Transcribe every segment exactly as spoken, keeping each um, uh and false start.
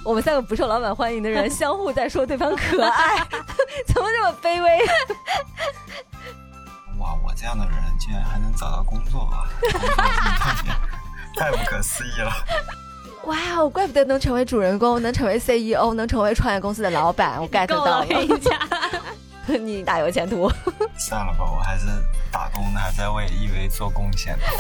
我们三个不受老板欢迎的人相互在说对方可爱，怎么这么卑微？ 哇，我这样的人竟然还能找到工作啊！工作真的太太不可思议了。 哇哦，怪不得能成为主人公，能成为 C E O， 能成为创业公司的老板，我 get 到了。你大有前途。 算了吧，我还是打工的，还在为 E V 做贡献的。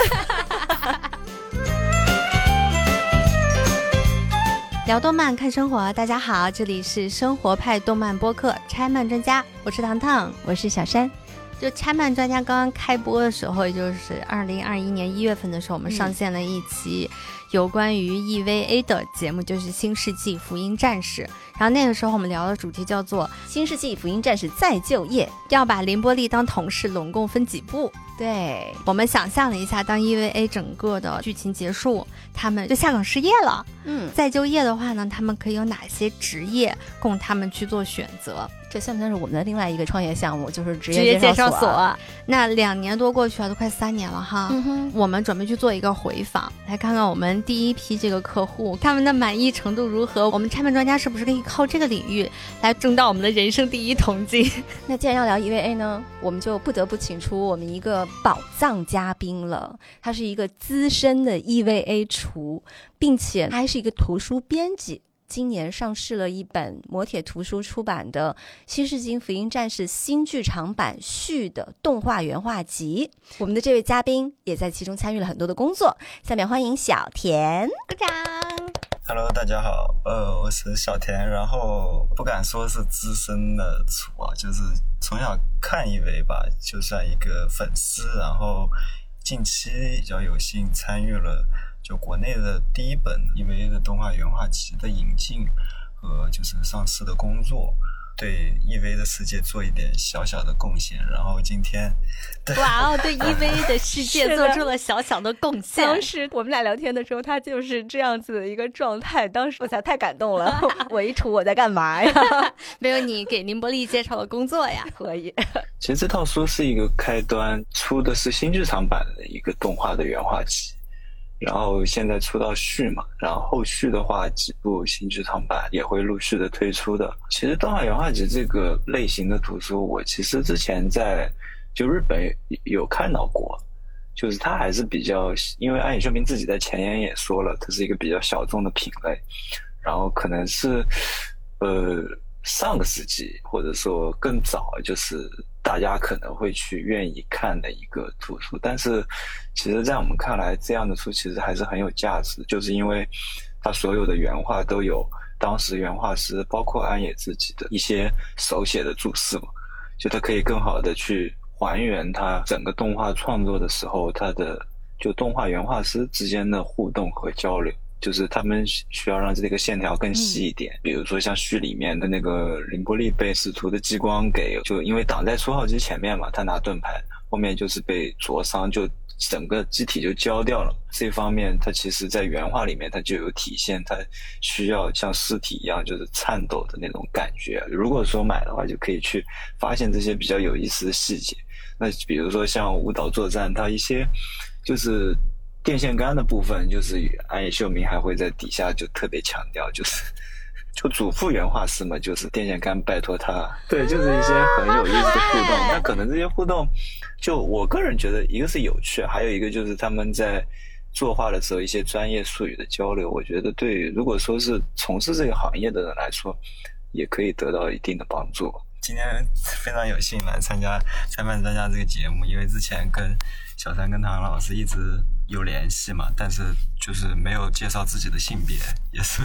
聊动漫看生活，大家好，这里是生活派动漫播客拆漫专家，我是糖糖， 我是小山。 就拆漫专家刚刚开播的时候，也就是二零二一年一月份的时候，我们上线了一期有关于 E V A 的节目，就是《新世纪福音战士》。然后那个时候我们聊的主题叫做《 新世纪福音战士再就业》， 要把凌波丽当同事拢共分几步。 对， 我们想象了一下，当 E V A 整个的剧情结束，他们就下岗失业了。 嗯， 再就业的话呢，他们可以有哪些职业供他们去做选择？ 这算不算是我们的另外一个创业项目，就是职业介绍所、啊、 那两年多过去了，都快三年了哈、 嗯、 我们准备去做一个回访，来看看我们第一批这个客户他们的满意程度如何，我们拆漫专家是不是可以靠这个领域来挣到我们的人生第一桶金。 那既然要聊 E V A 呢，我们就不得不请出我们一个宝藏嘉宾了。他是一个资深的 E V A 厨，并且他还是一个图书编辑，今年上市了一本磨铁图书出版的《新世纪福音战士》新剧场版续的动画原画集。我们的这位嘉宾也在其中参与了很多的工作。下面欢迎小田，鼓掌。 Hello， 大家好，呃，我是小田，然后不敢说是资深的厨啊，就是从小看E V吧，就算一个粉丝，然后近期比较有幸参与了就国内的第一本 E V A 的动画原画集的引进和就是上市的工作，对 E V A 的世界做一点小小的贡献。然后今天哇哦，对 E V A 的世界做出了小小的贡献。 当时我们俩聊天的时候，他就是这样子的一个状态，当时我才太感动了。我一厨我在干嘛呀？ 没有你给凌波丽介绍了工作呀。 可以。 其实这套书是一个开端，出的是新剧场版的一个动画的原画集，然后现在出到续嘛，然后后续的话几部新剧场版也会陆续的推出的。其实动画原画集这个类型的图书，我其实之前在就日本有看到过，就是它还是比较，因为安野秀明自己在前言也说了，它是一个比较小众的品类，然后可能是呃上个世纪或者说更早，就是大家可能会去愿意看的一个图书。但是其实在我们看来，这样的书其实还是很有价值，就是因为它所有的原画都有当时原画师包括安野自己的一些手写的注释嘛，就它可以更好的去还原它整个动画创作的时候它的就动画原画师之间的互动和交流，就是他们需要让这个线条更细一点、嗯、比如说像序里面的那个凌波丽被使徒的激光给就因为挡在初号机前面嘛，他拿盾牌后面就是被灼伤，就整个机体就焦掉了。这方面它其实在原画里面它就有体现，它需要像尸体一样就是颤抖的那种感觉。如果说买的话就可以去发现这些比较有意思的细节。那比如说像舞蹈作战，它一些就是电线杆的部分，就是安野秀明还会在底下就特别强调，就是就嘱咐原画师嘛，就是电线杆拜托他。对，就是一些很有意思的互动。那可能这些互动就我个人觉得一个是有趣，还有一个就是他们在作画的时候一些专业术语的交流，我觉得对于如果说是从事这个行业的人来说也可以得到一定的帮助。今天非常有幸来参加拆漫专家这个节目，因为之前跟小三跟唐老师一直有联系嘛，但是就是没有介绍自己的性别，也是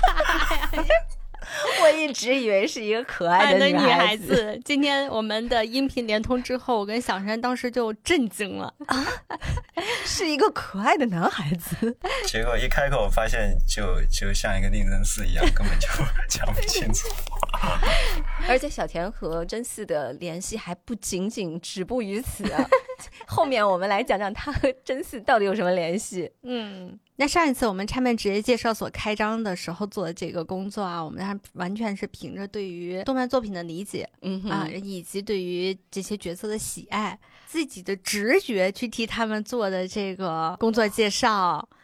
我一直以为是一个可爱的女孩子。 女孩子今天我们的音频连通之后，我跟小山当时就震惊了啊， 是一个可爱的男孩子。 结果一开口发现就就像一个定真寺一样，根本就讲不清楚。 而且小田和真嗣的联系还不仅仅止步于此啊。后面我们来讲讲他和真嗣到底有什么联系。 嗯，那上一次我们拆漫职业介绍所开张的时候做的这个工作啊，我们完全是凭着对于动漫作品的理解， 嗯啊，以及对于这些角色的喜爱，自己的直觉去替他们做的这个工作介绍。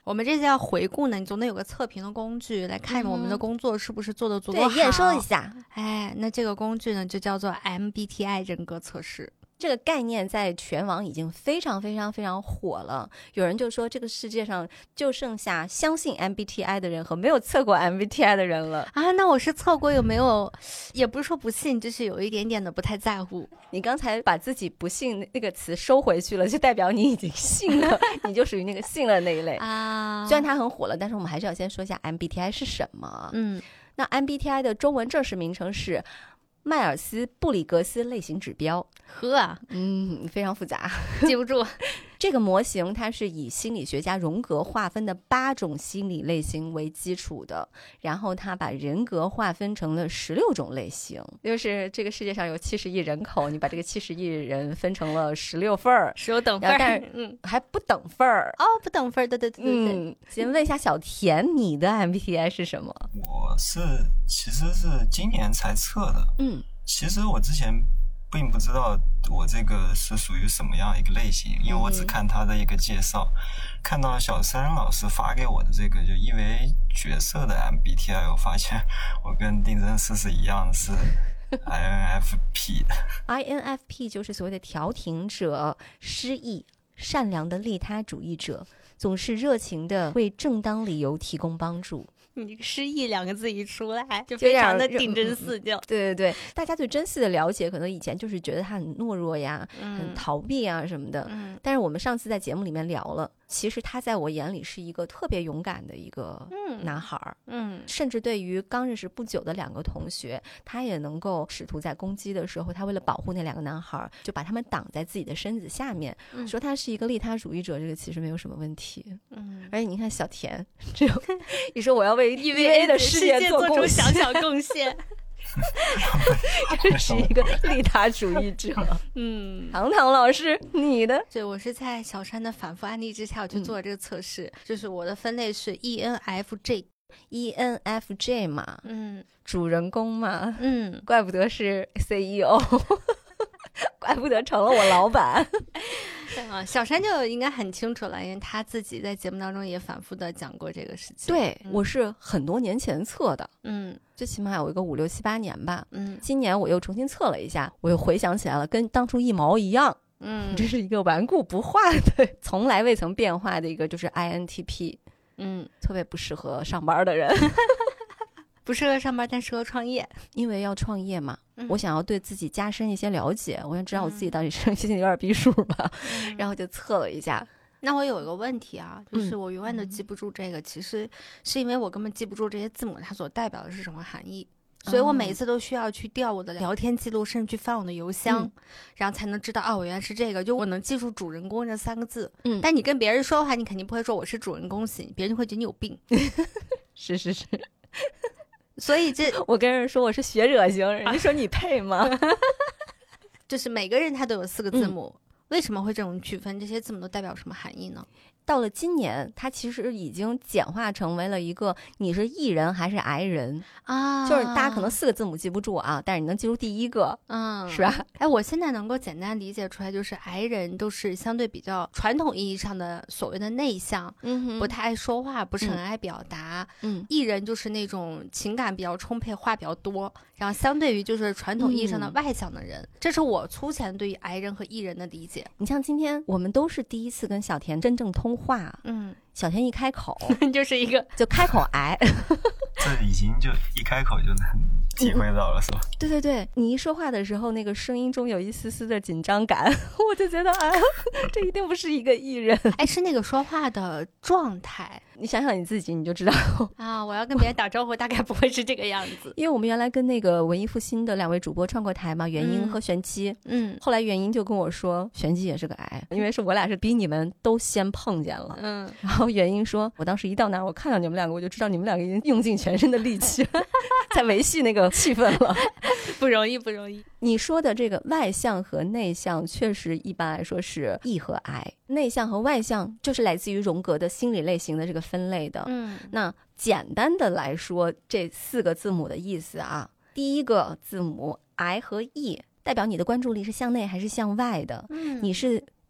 我们这次要回顾呢，你总得有个测评的工具来看我们的工作是不是做得足够好， 对，验收一下。 哎，那这个工具呢就叫做 M B T I 人格测试。 这个概念在全网已经非常非常非常火了，有人就说这个世界上就剩下相信 M B T I 的人和没有测过 M B T I 的人了啊。那我是测过，有没有也不是说不信，就是有一点点的不太在乎。 你刚才把自己不信那个词收回去了，就代表你已经信了你就属于那个信了那一类啊。 虽然它很火了，但是我们还是要先说一下 M B T I 是什么。 嗯， 那 M B T I 的中文正式名称是迈尔斯布里格斯类型指标。 呵， 嗯，非常复杂， 记不住。 这个模型它是以心理学家荣格划分的八种心理类型为基础的，然后他把人格划分成了十六种类型，就是这个世界上有七十亿人口，你把这个七十亿人分成了十六份儿， 十六等份儿， 但是嗯还不等份儿哦，不等份儿，对对对对对。 嗯，先问一下小田，你的 M B T I 是什么？ 我是其实是今年才测的， 嗯， 其实我之前并不知道我这个是属于什么样一个类型，因为我只看他的一个介绍，嗯、看到小山老师发给我的这个就因为角色的 M B T I， 我发现我跟定真寺是一样，是 I N F P 的。 I N F P 就是所谓的调停者、失意、善良的利他主义者，总是热情的为正当理由提供帮助。 你失忆两个字一出来就非常的定真寺，就对对对，大家对真寺的了解可能以前就是觉得他很懦弱呀、 嗯、 很逃避啊什么的、嗯、但是我们上次在节目里面聊了，其实他在我眼里是一个特别勇敢的一个男孩， 嗯， 甚至对于刚认识不久的两个同学，他也能够试图在攻击的时候，他为了保护那两个男孩就把他们挡在自己的身子下面、嗯、说他是一个利他主义者，这个其实没有什么问题。嗯，而且你看小田这你说我要为 E V A 的世界做出小小贡献这是一个利他主义者。嗯，唐唐老师你的？ 对，我是在小山的反复安利之下我去做了这个测试、嗯、就是我的分类是 E N F J E N F J 嘛， 嗯， 主人公嘛， 嗯， 怪不得是 C E O 怪不得成了我老板对啊，小山就应该很清楚了，因为他自己在节目当中也反复的讲过这个事情。 对、嗯、我是很多年前测的， 嗯， 最起码有一个五六七八年吧。 嗯， 今年我又重新测了一下，我又回想起来了，跟当初一毛一样。 嗯， 这是一个顽固不化的从来未曾变化的一个就是 I N T P。 嗯， 特别不适合上班的人不适合上班但适合创业， 因为要创业嘛、嗯、我想要对自己加深一些了解，我想知道我自己到底是心里有点逼数吧、嗯、然后就测了一下。 那我有一个问题啊，就是我永远都记不住这个、嗯、其实是因为我根本记不住这些字母它所代表的是什么含义，所以我每一次都需要去调我的聊天记录，甚至去翻我的邮箱、嗯、然后才能知道哦，我原来是这个，就我能记住主人公这三个字。嗯，但你跟别人说的话，你肯定不会说我是主人公型，别人就会觉得你有病是是是所以这我跟人说我是学者型，人家说你配吗就是每个人他都有四个字母、嗯、为什么会这种区分？这些字母都代表什么含义呢？ 到了今年它其实已经简化成为了一个你是 E 人还是 I 人啊， 就是大家可能四个字母记不住啊，但是你能记住第一个， 嗯， 是吧？ 哎，我现在能够简单理解出来，就是 I 人都是相对比较传统意义上的所谓的内向， 嗯， 不太爱说话，不是很爱表达， 嗯 ，E 人就是那种情感比较充沛，话比较多，然后相对于就是传统意义上的外向的人，嗯、这是我粗浅对于 I 人和 E 人的理解。 你像今天我们都是第一次跟小田真正通话， 嗯， 小田一开口就是一个就开口癌这已经就一开口就能体会到了、嗯、是吧？ 对对对，你一说话的时候那个声音中有一丝丝的紧张感我就觉得哎，这一定不是一个艺人哎，是那个说话的状态， 你想想你自己你就知道啊，我要跟别人打招呼大概不会是这个样子因为我们原来跟那个文艺复兴的两位主播串过台嘛，元英和玄机， 嗯， 后来元英就跟我说玄机也是个癌，因为是我俩是比你们都先碰见了， 嗯， 然后元英说我当时一到那儿我看到你们两个我就知道你们两个已经用尽全身的力气在维系那个气氛了不容易不容易。 你说的这个外向和内向确实一般来说是 E 和 I， 内向和外向就是来自于荣格的心理类型的这个分类的。 嗯， 那简单的来说这四个字母的意思啊，第一个字母 I 和 E 代表你的关注力是向内还是向外的， 嗯， 你是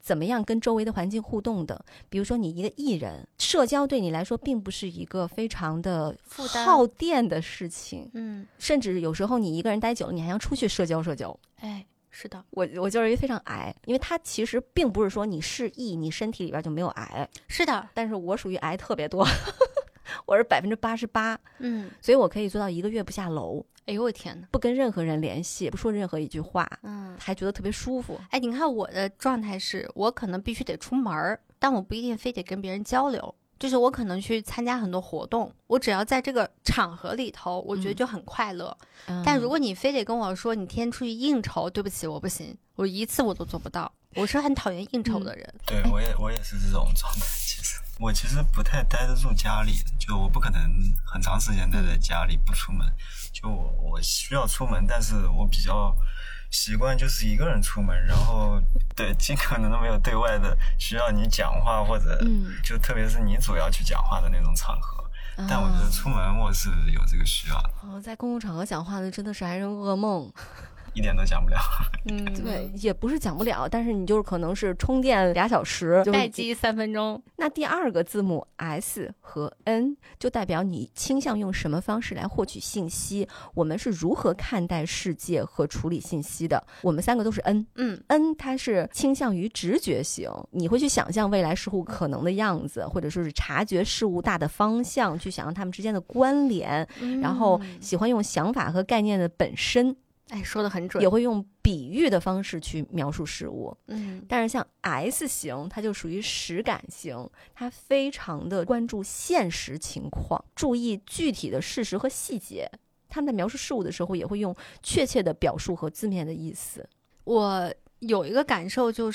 怎么样跟周围的环境互动的。比如说你一个艺人，社交对你来说并不是一个非常的耗电的事情，嗯，甚至有时候你一个人待久了，你还要出去社交社交。 哎，是的， 我我就是非常癌，因为它其实并不是说你是疫，你身体里边就没有癌， 是的， 但是我属于癌特别多，我是百分之八十八， 嗯， 所以我可以做到一个月不下楼。 哎呦我天哪！ 不跟任何人联系，不说任何一句话， 嗯， 还觉得特别舒服。 哎，你看我的状态是，我可能必须得出门，但我不一定非得跟别人交流。就是我可能去参加很多活动，我只要在这个场合里头，我觉得就很快乐。嗯、但如果你非得跟我说你天天出去应酬，对不起，我不行，我一次我都做不到。我是很讨厌应酬的人。 嗯、对，我也我也是这种状态。其实我其实不太待得住家里，就我不可能很长时间待在家里不出门。就我我需要出门，但是我比较习惯就是一个人出门，然后对尽可能的没有对外的需要你讲话，或者就特别是你主要去讲话的那种场合。嗯、但我觉得出门我是有这个需要的。 哦，在公共场合讲话的真的是还是噩梦。 一点都讲不了。 嗯，对，也不是讲不了，但是你就是可能是充电俩小时， 待机三分钟。 那第二个字母 S 和 N 就代表你倾向用什么方式来获取信息，我们是如何看待世界和处理信息的。我们三个都是 N， 嗯 ，N 它是倾向于直觉型，你会去想象未来事物可能的样子，或者说是察觉事物大的方向，去想象它们之间的关联，嗯、然后喜欢用想法和概念的本身。 哎，说得很准， 也会用比喻的方式去描述事物。嗯，但是像 S 型，它就属于实感型，它非常的关注现实情况，注意具体的事实和细节。他们在描述事物的时候，也会用确切的表述和字面的意思。 我有一个感受就是，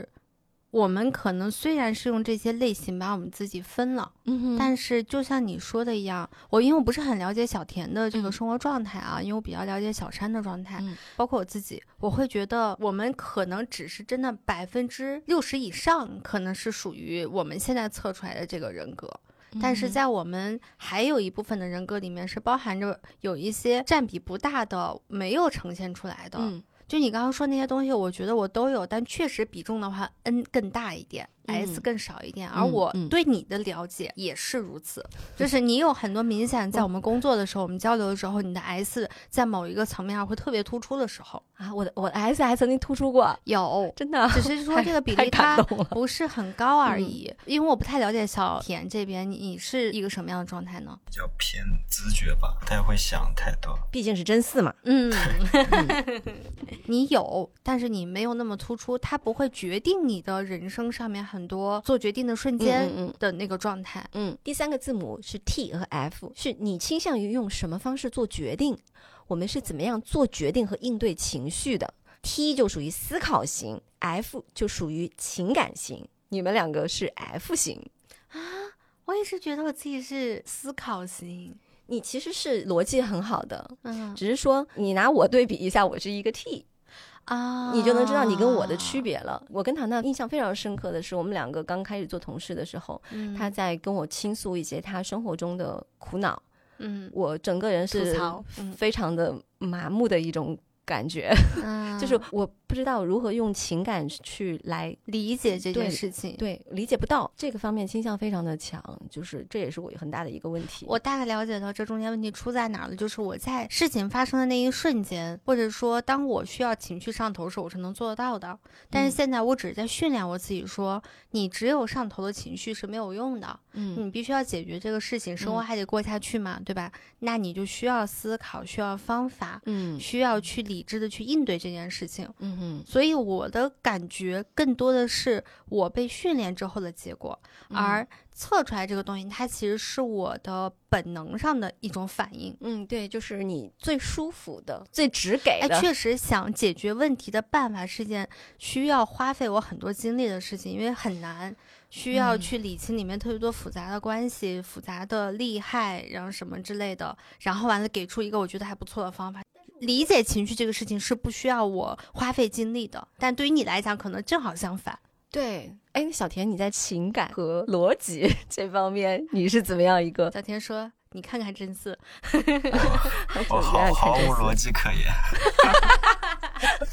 我们可能虽然是用这些类型把我们自己分了，嗯，但是就像你说的一样，我因为我不是很了解小田的这个生活状态啊，嗯、因为我比较了解小山的状态，嗯、包括我自己，我会觉得我们可能只是真的百分之六十以上，可能是属于我们现在测出来的这个人格。但是在我们还有一部分的人格里面是包含着有一些占比不大的没有呈现出来的。嗯，就你刚刚说那些东西，我觉得我都有，但确实比重的话 N 更大一点，嗯、S 更少一点，而我对你的了解也是如此，嗯嗯、就是你有很多明显在我们工作的时候，我们交流的时候，你的 S 在某一个层面上会特别突出的时候啊，我的我的 S 还曾经突出过， 有真的， 只是说这个比例它不是很高而已。嗯、因为我不太了解小田这边，你是一个什么样的状态呢？ 比较偏直觉吧，不太会想太多， 毕竟是真四嘛。嗯， 你有，但是你没有那么突出，它不会决定你的人生上面很多做决定的瞬间的那个状态。 嗯, 嗯, 嗯，第三个字母是 T 和 F， 是你倾向于用什么方式做决定，我们是怎么样做决定和应对情绪的。 T 就属于思考型， F 就属于情感型，你们两个是 F 型啊。我也是觉得我自己是思考型。 你其实是逻辑很好的，嗯，只是说你拿我对比一下，我是一个 T啊，你就能知道你跟我的区别了。我跟唐唐印象非常深刻的是，我们两个刚开始做同事的时候，嗯、他在跟我倾诉一些他生活中的苦恼，嗯，我整个人是非常的麻木的一种感觉，嗯、就是我不知道如何用情感去来理解这件事情， 对，对，理解不到，这个方面倾向非常的强，就是这也是我很大的一个问题。 我大概了解到这中间问题出在哪儿了，就是我在事情发生的那一瞬间，或者说当我需要情绪上头的时候，我是能做得到的。但是现在我只是在训练我自己说，你只有上头的情绪是没有用的，嗯，你必须要解决这个事情，生活还得过下去嘛，嗯、对吧？那你就需要思考，需要方法，嗯，需要去理智的去应对这件事情，嗯。嗯，所以我的感觉更多的是我被训练之后的结果，嗯、而测出来这个东西，它其实是我的本能上的一种反应。 嗯，对，就是你最舒服的、最直给的。 哎，确实想解决问题的办法是件需要花费我很多精力的事情，因为很难。需要去理清里面特别多复杂的关系、嗯、复杂的利害，然后什么之类的，然后完了给出一个我觉得还不错的方法。理解情绪这个事情是不需要我花费精力的，但对于你来讲可能正好相反。 对，哎，小田，你在情感和逻辑这方面你是怎么样一个？ 小田说你看看真嗣我毫毫无逻辑可言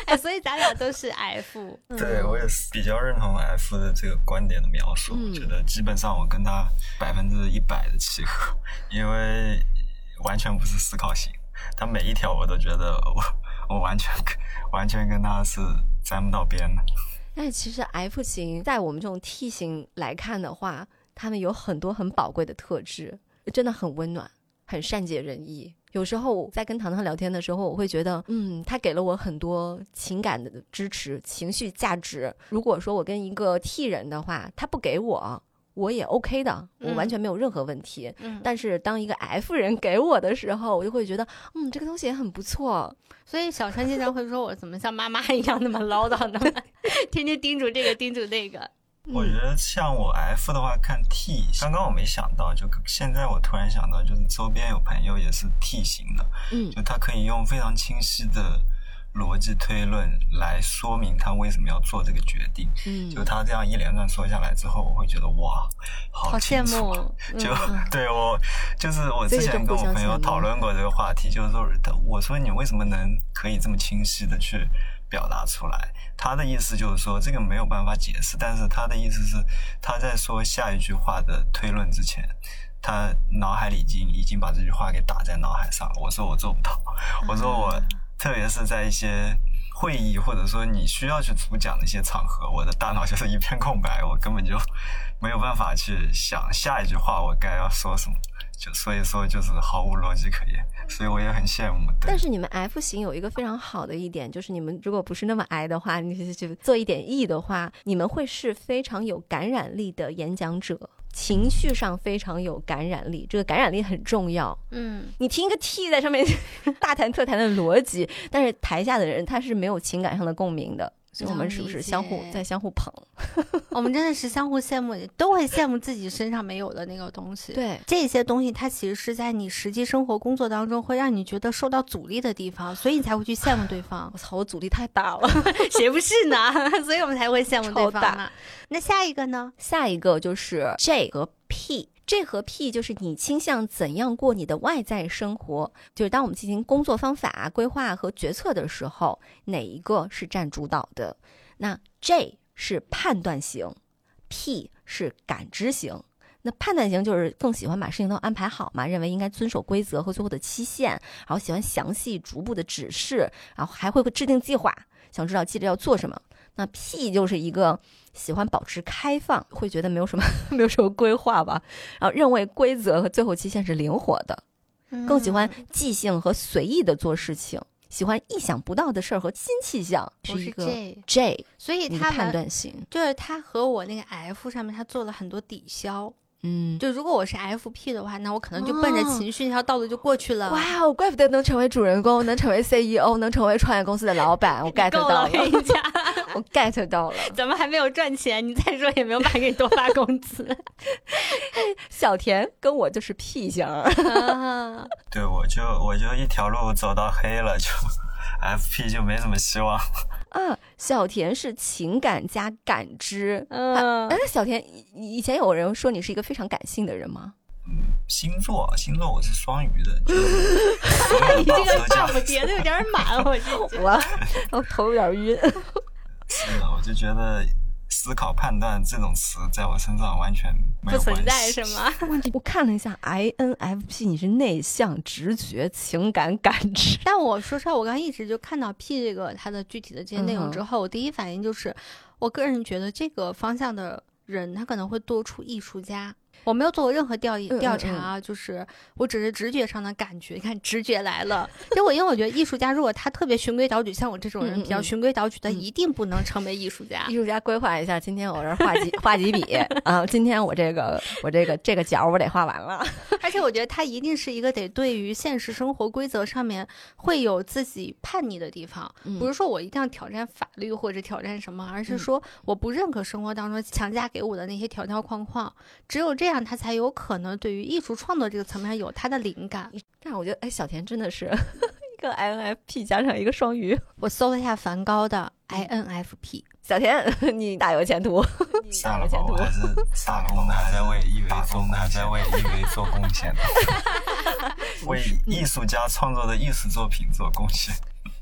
哎，所以咱俩都是 F。 对，我也是比较认同 F 的这个观点的描述， 嗯、 我觉得基本上我跟他百分之一百的契合，因为完全不是思考型，他每一条我都觉得我我完全完全跟他是沾不到边的。 但其实 F 型在我们这种 T 型来看的话，他们有很多很宝贵的特质，真的很温暖，很善解人意。有时候在跟糖糖聊天的时候，我会觉得嗯，他给了我很多情感的支持，情绪价值。如果说我跟一个 T 人的话，他不给我我也 OK 的，我完全没有任何问题、嗯、但是当一个 F 人给我的时候，我就会觉得嗯，这个东西也很不错。 所以小川经常会说我怎么像妈妈一样那么唠叨，那么天天叮嘱这个叮嘱那个。 我觉得像我 F 的话看 T， 刚刚我没想到，就现在我突然想到，就是周边有朋友也是 T 型的，嗯，就他可以用非常清晰的逻辑推论来说明他为什么要做这个决定。嗯，就他这样一连串说下来之后，我会觉得哇，好羡慕。 就、嗯、对我就是我之前跟我朋友讨论过这个话题，就是说我说你为什么能可以这么清晰的去表达出来？他的意思就是说这个没有办法解释，但是他的意思是他在说下一句话的推论之前，他脑海里已经已经把这句话给打在脑海上了。我说我做不到，我说我特别是在一些会议或者说你需要去主讲的一些场合，我的大脑就是一片空白，我根本就没有办法去想下一句话我该要说什么，就所以说就是毫无逻辑可言，所以我也很羡慕。 但是你们 F 型有一个非常好的一点，就是你们如果不是那么矮的话，你就做一点 E 的话，你们会是非常有感染力的演讲者，情绪上非常有感染力，这个感染力很重要。嗯，你听一个 T 在上面大谈特谈的逻辑，但是台下的人他是没有情感上的共鸣的，所以我们是不是相互在相互捧？ 我们真的是相互羡慕，都会羡慕自己身上没有的那个东西。 对， 这些东西它其实是在你实际生活工作当中会让你觉得受到阻力的地方，所以你才会去羡慕对方。 我操，我阻力太大了， 谁不是呢？所以我们才会羡慕对方呢。那下一个呢？ 下一个就是 J 和 P。J 和 P 就是你倾向怎样过你的外在生活，就是当我们进行工作方法规划和决策的时候，哪一个是占主导的？那 J 是判断型， P 是感知型。那判断型就是更喜欢把事情都安排好嘛，认为应该遵守规则和最后的期限，然后喜欢详细逐步的指示，然后还会制定计划，想知道接着要做什么。那 P 就是一个喜欢保持开放，会觉得没有什么没有什么规划吧，然后认为规则和最后期限是灵活的，更喜欢即兴和随意的做事情，喜欢意想不到的事儿和新气象，是一个 J， 所以他判断型， 就是他和我那个 F 上面他做了很多抵消。 嗯， 就如果我是 F P 的话，那我可能就奔着情绪那条道路就过去了。 哇哦，怪不得能成为主人公，能成为 C E O， 能成为创业公司的老板，我 get 到了，我 get 到了。 怎么还没有赚钱？你再说也没有办法给你多发工资。 小田跟我就是 P 型儿， 对，我就我就一条路走到黑了，就 F P 就没什么希望。 啊，小田是情感加感知。嗯，哎、啊，小田以前有人说你是一个非常感性的人吗？ 嗯，星座，星座我是双鱼的。 你这个棒子叠的有点满，我就我我头有点晕。 是的，我就觉得思考判断这种词在我身上完全没有不存在，是吗？ 我看了一下 I N F P， 你是内向、直觉、情感、感知。 但我说实话，我刚一直就看到 P 这个它的具体的这些内容之后，嗯、我第一反应就是，我个人觉得这个方向的人他可能会多出艺术家。我没有做过任何调调查啊，嗯嗯嗯就是我只是直觉上的感觉。你看，直觉来了。结果，因为我觉得艺术家如果他特别循规蹈矩，像我这种人比较循规蹈矩的，嗯嗯一定不能成为艺术家。 艺术家规划一下，今天我这画几画几笔啊，今天我这个我这个这个角我得画完了。 而且我觉得他一定是一个得对于现实生活规则上面会有自己叛逆的地方，嗯、不是说我一定要挑战法律或者挑战什么，而是说我不认可生活当中强加给我的那些条条框框。只有这样，他才有可能对于艺术创作这个层面有他的灵感。 这样我觉得，哎，小田真的是一个 I N F P 加上一个双鱼。 我搜了一下梵高的 I N F P， 小田，你大有前途。 算了吧，我还是打工的，还在为一维做，还在为一维做贡献，为艺术家创作的艺术作品做贡献。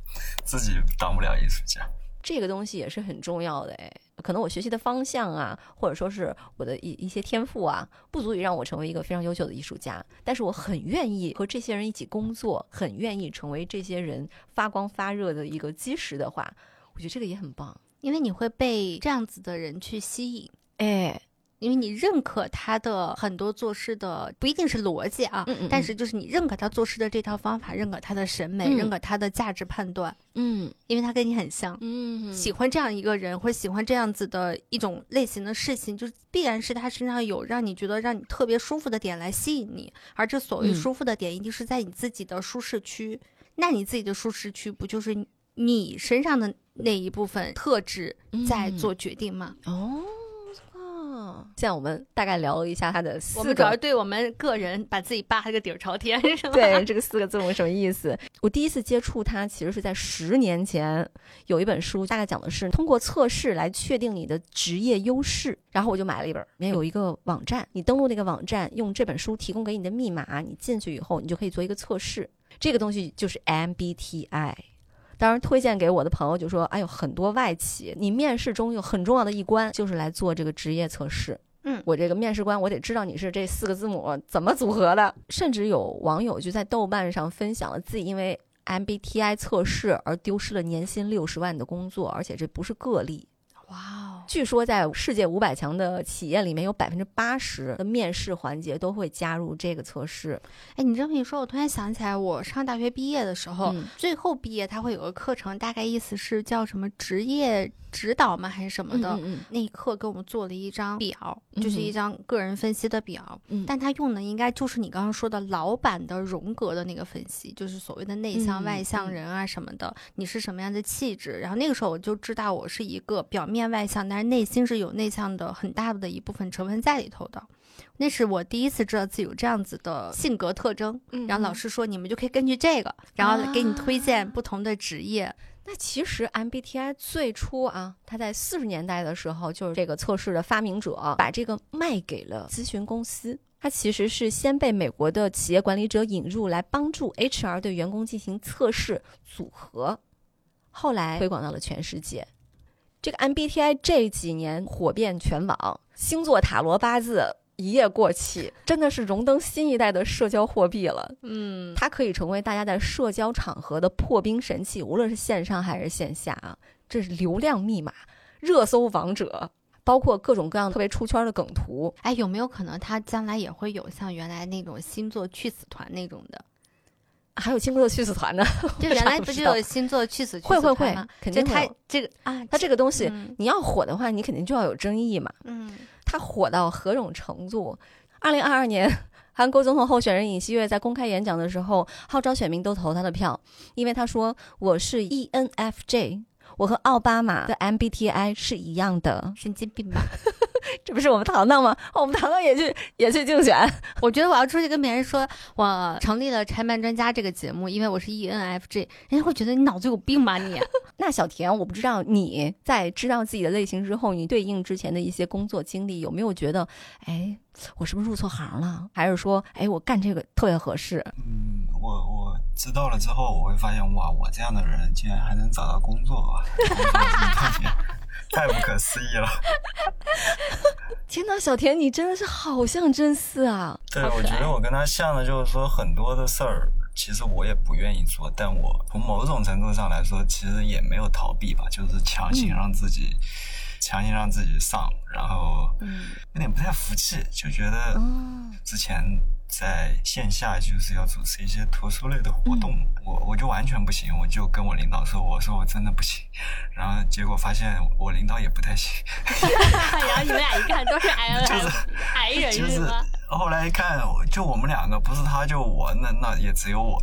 自己当不了艺术家。 这个东西也是很重要的哎，可能我学习的方向啊，或者说是我的一一些天赋啊，不足以让我成为一个非常优秀的艺术家，但是我很愿意和这些人一起工作，很愿意成为这些人发光发热的一个基石的话，我觉得这个也很棒， 因为你会被这样子的人去吸引， 哎。 因为你认可他的很多做事的不一定是逻辑啊，嗯嗯嗯，但是就是你认可他做事的这套方法，认可他的审美，嗯、认可他的价值判断，嗯，因为他跟你很像，嗯，喜欢这样一个人或者喜欢这样子的一种类型的事情，就必然是他身上有让你觉得让你特别舒服的点来吸引你，而这所谓舒服的点一定是在你自己的舒适区，嗯、那你自己的舒适区不就是你身上的那一部分特质在做决定吗？ 嗯、哦。现在我们大概聊了一下它的四个， 我们主要对我们个人把自己扒了个底儿朝天是吗？ 对，这个四个字母什么意思？我第一次接触它其实是在十年前，有一本书大概讲的是通过测试来确定你的职业优势，然后我就买了一本，里面有一个网站，你登录那个网站，用这本书提供给你的密码，你进去以后你就可以做一个测试，这个东西就是 M B T I。当然推荐给我的朋友就说，哎呦，很多外企你面试中有很重要的一关就是来做这个职业测试，嗯，我这个面试官我得知道你是这四个字母怎么组合的。甚至有网友就在豆瓣上分享了自己因为 M B T I 测试而丢失了年薪六十万的工作，而且这不是个例。哇哦！据说在世界五百强的企业里面，有百分之八十的面试环节都会加入这个测试。 哎，你这么一说，我突然想起来，我上大学毕业的时候，嗯、最后毕业他会有个课程，大概意思是叫什么职业指导吗，还是什么的？嗯嗯嗯那一课给我们做了一张表，嗯、就是一张个人分析的表。嗯，但他用的应该就是你刚刚说的老板的荣格的那个分析，就是所谓的内向、嗯、外向人啊什么的，嗯、你是什么样的气质？然后那个时候我就知道我是一个表面外向，但是内心是有内向的很大的一部分成分在里头的。那是我第一次知道自己有这样子的性格特征，嗯、然后老师说你们就可以根据这个，然后给你推荐不同的职业。啊那其实 M B T I 最初啊，它在四十年代的时候，就是这个测试的发明者把这个卖给了咨询公司。它其实是先被美国的企业管理者引入来帮助 H R 对员工进行测试组合，后来推广到了全世界。这个 M B T I 这几年火遍全网，星座、塔罗、八字一夜过气，真的是荣登新一代的社交货币了。嗯，它可以成为大家在社交场合的破冰神器，无论是线上还是线下啊，这是流量密码、热搜王者，包括各种各样特别出圈的梗图。 哎，有没有可能它将来也会有像原来那种星座去死团那种的？ 还有星座去死团呢？ 就原来不就有星座去死去死团吗？ 会会会，肯定会。它这个啊， 它这个东西、嗯、你要火的话，你肯定就要有争议嘛。嗯。他火到何种程度？二零二二年，韩国总统候选人尹锡悦在公开演讲的时候，号召选民都投他的票，因为他说我是 E N F J， 我和奥巴马的 M B T I 是一样的。 神经病吧？ 这不是我们糖糖吗？我们糖糖也去也去竞选。 我觉得我要出去跟别人说我成立了拆漫专家这个节目，因为我是 E N F J， 人家会觉得你脑子有病吧你？ 那小田，我不知道你在知道自己的类型之后，你对应之前的一些工作经历，有没有觉得，哎，我是不是入错行了？还是说，哎，我干这个特别合适？ 嗯，我我知道了之后，我会发现，哇，我这样的人竟然还能找到工作啊！太不可思议了。 天哪，小田，你真的是好像真丝啊！ 对，我觉得我跟他像的就是说，很多的事儿其实我也不愿意做，但我从某种程度上来说，其实也没有逃避吧，就是强行让自己、嗯、强行让自己上，然后有点不太服气，就觉得之前在线下就是要主持一些图书类的活动、嗯、我我就完全不行，我就跟我领导说，我说我真的不行，然后结果发现我领导也不太行然后你们俩一看都是矮人、就是、矮人是吗？就是后来一看，就我们两个，不是他就我，那那也只有我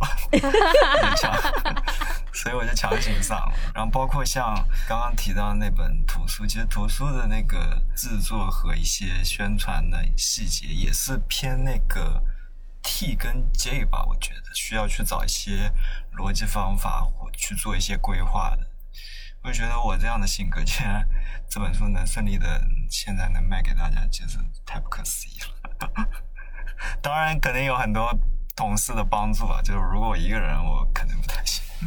所以我就强行上了。然后包括像刚刚提到的那本图书，其实图书的那个制作和一些宣传的细节也是偏那个 T 跟 J 吧，我觉得需要去找一些逻辑方法或去做一些规划的。我觉得我这样的性格，竟然这本书能顺利的现在能卖给大家，其实太不可思议了当然肯定有很多同事的帮助啊，就是如果我一个人我肯定不太行。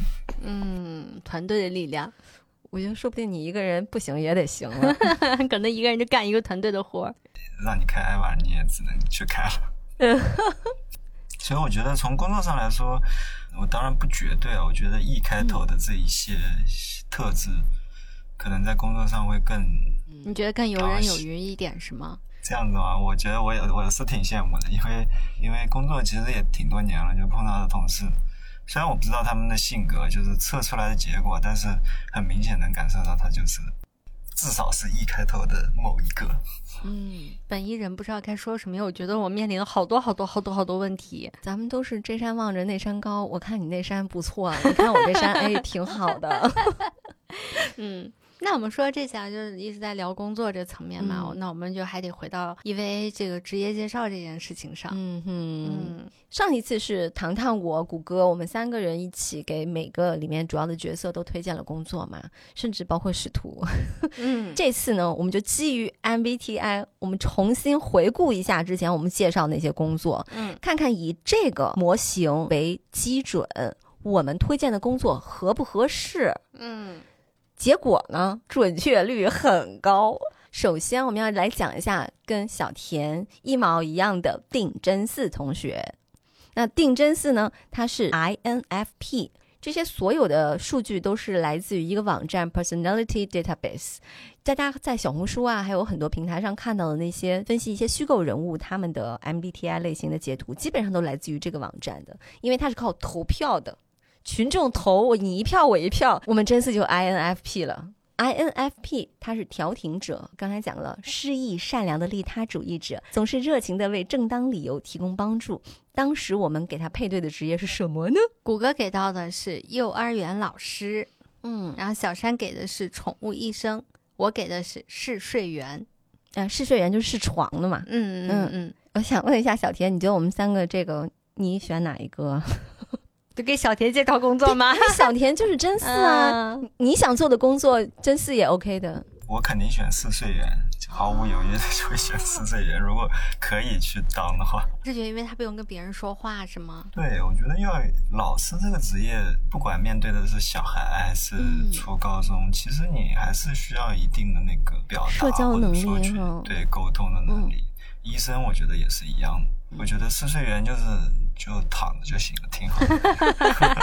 嗯，团队的力量， 我觉得说不定你一个人不行也得行了可能一个人就干一个团队的活儿。 让你开艾娃你也只能去开了所以我觉得从工作上来说，我当然不绝对啊，我觉得 E 开头的这一些特质可能在工作上会更， 你觉得更游刃有余一点是吗？ 这样子吗？我觉得我也我是挺羡慕的，因为因为工作其实也挺多年了，就碰到的同事，虽然我不知道他们的性格，就是测出来的结果，但是很明显能感受到他就是至少是 E 开头的某一个。 嗯，本一人不知道该说什么，因为我觉得我面临了好多好多好多好多问题。 咱们都是这山望着那山高，我看你那山不错啊，你看我这山哎挺好的嗯，那我们说这下就是一直在聊工作这层面嘛、 嗯、 那我们就还得回到 E V A 这个职业介绍这件事情上。 嗯哼嗯， 上一次是糖糖我谷歌我们三个人一起给每个里面主要的角色都推荐了工作嘛，甚至包括使徒嗯， 这次呢我们就基于 M B T I 我们重新回顾一下之前我们介绍那些工作， 嗯， 看看以这个模型为基准我们推荐的工作合不合适。 嗯， 结果呢准确率很高。首先我们要来讲一下跟小田一毛一样的定真寺同学。那定真寺呢它是 I N F P， 这些所有的数据都是来自于一个网站 Personality Database， 大家在小红书啊还有很多平台上看到的那些分析一些虚构人物他们的 M B T I 类型的截图基本上都来自于这个网站的，因为它是靠投票的，群众投你一票我一票，我们真是就 I N F P 了。 I N F P 它是调停者，刚才讲了，诗意善良的利他主义者，总是热情的为正当理由提供帮助。当时我们给他配对的职业是什么呢？ 谷歌给到的是幼儿园老师， 嗯， 然后小山给的是宠物医生，我给的是试睡员。 啊，试睡员就是试床的嘛。 嗯嗯嗯， 我想问一下小田，你觉得我们三个这个你选哪一个？ 就给小田介绍工作吗？ 小田就是真嗣啊、嗯、你想做的工作真嗣也 OK 的。 我肯定选试睡员，毫无犹豫的就会选试睡员，如果可以去当的话。 是觉得因为他不用跟别人说话是吗？ 对，我觉得要老师这个职业，不管面对的是小孩还是初高中、嗯、其实你还是需要一定的那个表达社交能力， 或者说去对沟通的能力、嗯、医生我觉得也是一样的，我觉得试睡员就是就躺着就行了，挺好的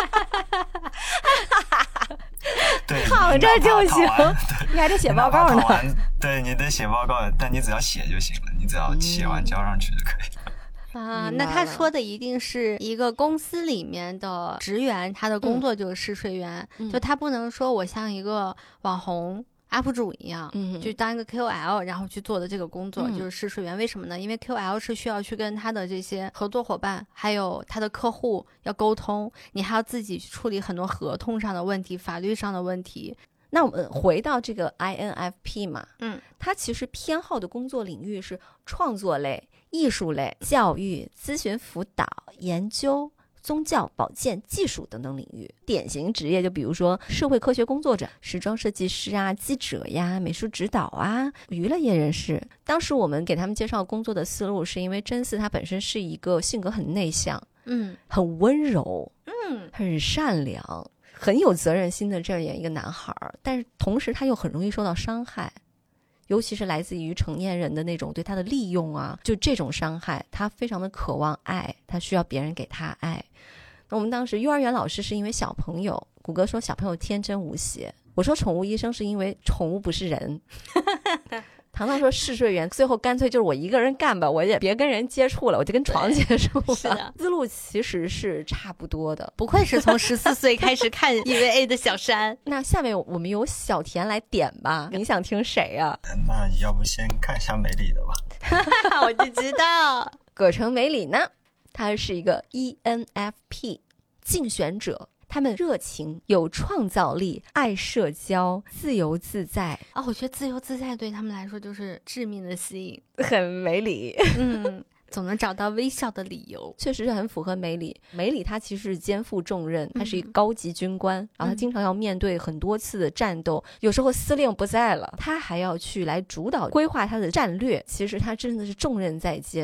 对， 躺着就行，你还得写报告呢。 对，你得写报告，但你只要写就行了，你只要写完交上去就可以了。 嗯、啊，那他说的一定是一个公司里面的职员，他的工作就是试睡员、嗯、就他不能说我像一个网红U P 主一样、嗯、就当一个 K O L 然后去做的这个工作、嗯、就是试睡员。为什么呢？因为 K O L 是需要去跟他的这些合作伙伴还有他的客户要沟通，你还要自己去处理很多合同上的问题法律上的问题。 那我们回到这个 I N F P 嘛， 嗯， 它其实偏好的工作领域是创作类、艺术类、教育、咨询辅导、研究、宗教、保健、技术等等领域。典型职业就比如说社会科学工作者、时装设计师啊、记者呀、美术指导啊、娱乐业人士。当时我们给他们介绍工作的思路是因为真嗣他本身是一个性格很内向， 嗯， 很温柔， 嗯， 很善良，很有责任心的这样一个男孩，但是同时他又很容易受到伤害，尤其是来自于成年人的那种对他的利用啊，就这种伤害，他非常的渴望爱，他需要别人给他爱。那我们当时幼儿园老师是因为小朋友，谷歌说小朋友天真无邪，我说宠物医生是因为宠物不是人糖糖说试睡员，最后干脆就是我一个人干吧，我也别跟人接触了，我就跟床接触了。 是的， 思路其实是差不多的， 不愧是从十四岁开始看 E V A 的小山。 那下面我们由小田来点吧，你想听谁啊？ 那要不先看一下梅里的吧。 我就知道葛城梅里呢，他是一个 E N F P 竞选者，他们热情、有创造力、爱社交、自由自在啊、哦！我觉得自由自在对他们来说就是致命的吸引， 很梅里。 嗯，总能找到微笑的理由， 确实是很符合梅里。梅里他其实是肩负重任，他是一个高级军官、嗯、然后他经常要面对很多次的战斗、嗯、有时候司令不在了，他还要去来主导规划他的战略，其实他真的是重任在肩。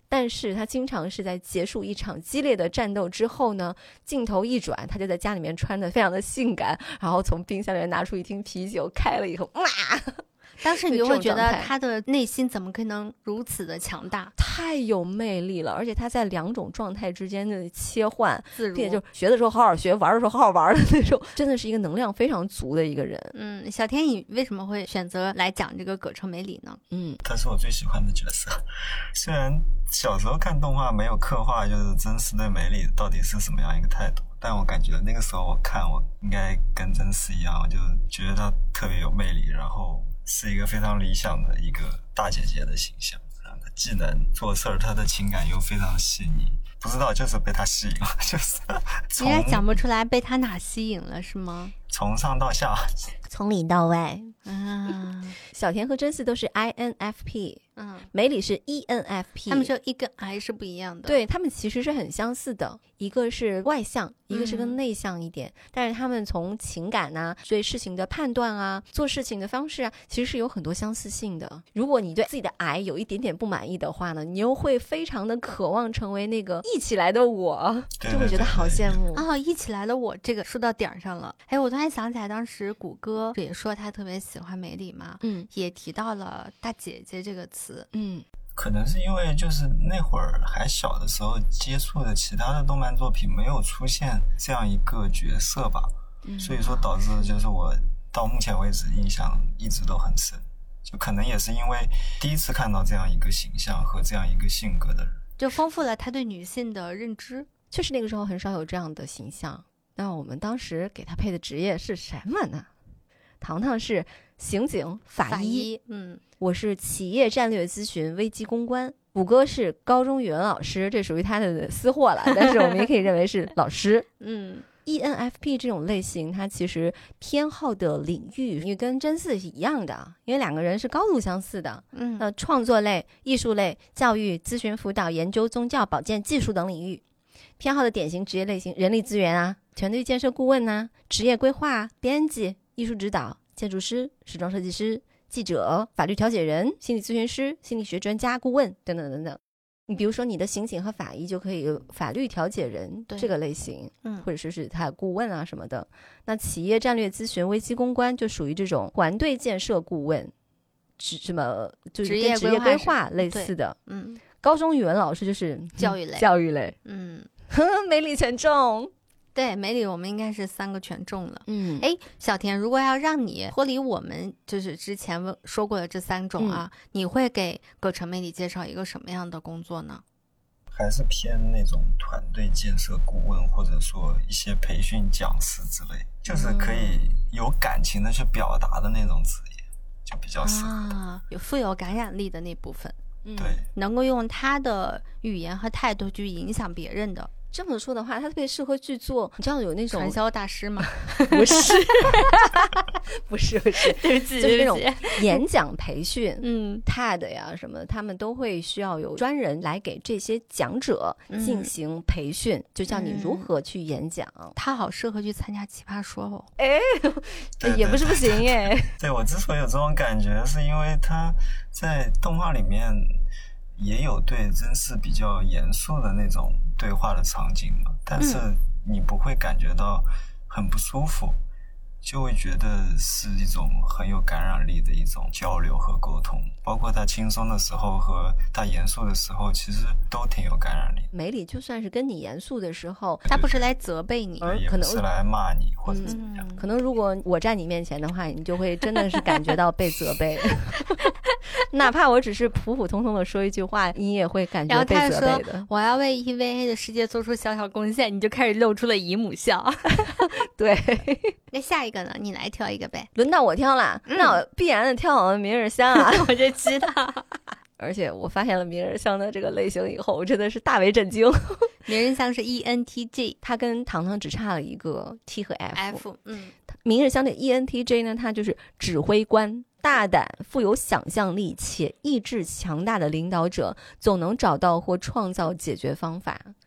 但是他经常是在结束一场激烈的战斗之后呢，镜头一转，他就在家里面穿得非常的性感，然后从冰箱里面拿出一听啤酒，开了以后，哇！ 当时你就会觉得他的内心怎么可能如此的强大， 太有魅力了，而且他在两种状态之间的切换自如， 并且就学的时候好好学，玩的时候好好玩的那种，真的是一个能量非常足的一个人。 嗯，小天，你为什么会选择来讲这个葛城美里呢？ 嗯， 他是我最喜欢的角色。虽然小时候看动画没有刻画就是真丝对美里到底是什么样一个态度，但我感觉那个时候我看我应该跟真丝一样，我就觉得她特别有魅力，然后是一个非常理想的一个大姐姐的形象。然后她既能做事儿，她的情感又非常细腻，不知道就是被她吸引了，就是你也讲不出来被她哪吸引了是吗？ 从上到下， 从里到外啊。 小田和真丝都是 I N F P， 嗯， 美里是 E N F P， 他们就一跟 I 是不一样的。 对，他们其实是很相似的，一个是外向，一个是更内向一点，嗯、但是他们从情感啊、对事情的判断啊、做事情的方式啊，其实是有很多相似性的。如果你对自己的I有一点点不满意的话呢，你又会非常的渴望成为那个一起来的我，就会觉得好羡慕啊！一起来的我，这个说到点儿上了。哎，我突然想起来，当时谷歌也说他特别喜欢美里嘛， 嗯， 也提到了大姐姐这个词， 嗯。 可能是因为就是那会儿还小的时候接触的其他的动漫作品没有出现这样一个角色吧，嗯、所以说导致就是我到目前为止印象一直都很深，就可能也是因为第一次看到这样一个形象和这样一个性格的人， 就丰富了他对女性的认知。 确实那个时候很少有这样的形象。那我们当时给他配的职业是什么呢？糖糖是刑警法医, 法医嗯， 我是企业战略咨询危机公关，谷歌是高中语文老师，这属于他的私货了，但是我们也可以认为是老师。 嗯 E N F P 这种类型它其实偏好的领域也跟真丝是一样的，因为两个人是高度相似的。 嗯， 呃，创作类、艺术类、教育、咨询辅导、研究、宗教、保健、技术等领域。偏好的典型职业类型，人力资源啊，团队建设顾问啊，职业规划、编辑、艺术指导、建筑师、时装设计师、记者、法律调解人、心理咨询师、心理学专家顾问等等等等。你比如说你的刑警和法医就可以有法律调解人这个类型， 嗯， 或者说是他的顾问啊什么的。那企业战略咨询危机公关就属于这种团队建设顾问，什么就是跟职业规划类似的。 嗯， 高中语文老师就是教育类， 教育类。 嗯， 美里全中。 对，美里我们应该是三个全中了。 嗯， 哎，小田，如果要让你脱离我们就是之前说过的这三种啊，嗯、你会给葛城美里介绍一个什么样的工作呢？ 还是偏那种团队建设顾问，或者说一些培训讲师之类，就是可以有感情的去表达的那种职业，就比较适合啊，有富有感染力的那部分。 嗯， 对， 能够用他的语言和态度去影响别人的。 这么说的话，他特别适合去做，你知道有那种传销大师吗？ 不是，不是，不是， 对不起， 就是那种演讲培训， 嗯 ，T E D 呀什么，他们都会需要有专人来给这些讲者进行培训，嗯、就教你如何去演讲。 嗯、他好适合去参加奇葩说哦， 哎，也不是不行耶。 对，我之所以有这种感觉，是因为他在动画里面也有对真丝比较严肃的那种对话的场景嘛，但是你不会感觉到很不舒服，就会觉得是一种很有感染力的一种交流和沟通，包括他轻松的时候和他严肃的时候其实都挺有感染力。 美里就算是跟你严肃的时候， 他不是来责备你， 而可能是来骂你或者怎么样、 嗯、可能如果我站你面前的话，你就会真的是感觉到被责备哪怕我只是普普通通的说一句话，你也会感觉被责备的。 我要为 E V A 的世界做出小小贡献，你就开始露出了姨母笑对， 那下一个呢？你来挑一个呗。 轮到我挑了、嗯、那我必然的挑我的明日香啊我就知道而且我发现了明日香的这个类型以后，我真的是大为震惊明日香是 E N T J， 它跟糖糖只差了一个 T 和 F, F 嗯， 明日香的 E N T J 呢，它就是指挥官，大胆富有想象力且意志强大的领导者，总能找到或创造解决方法。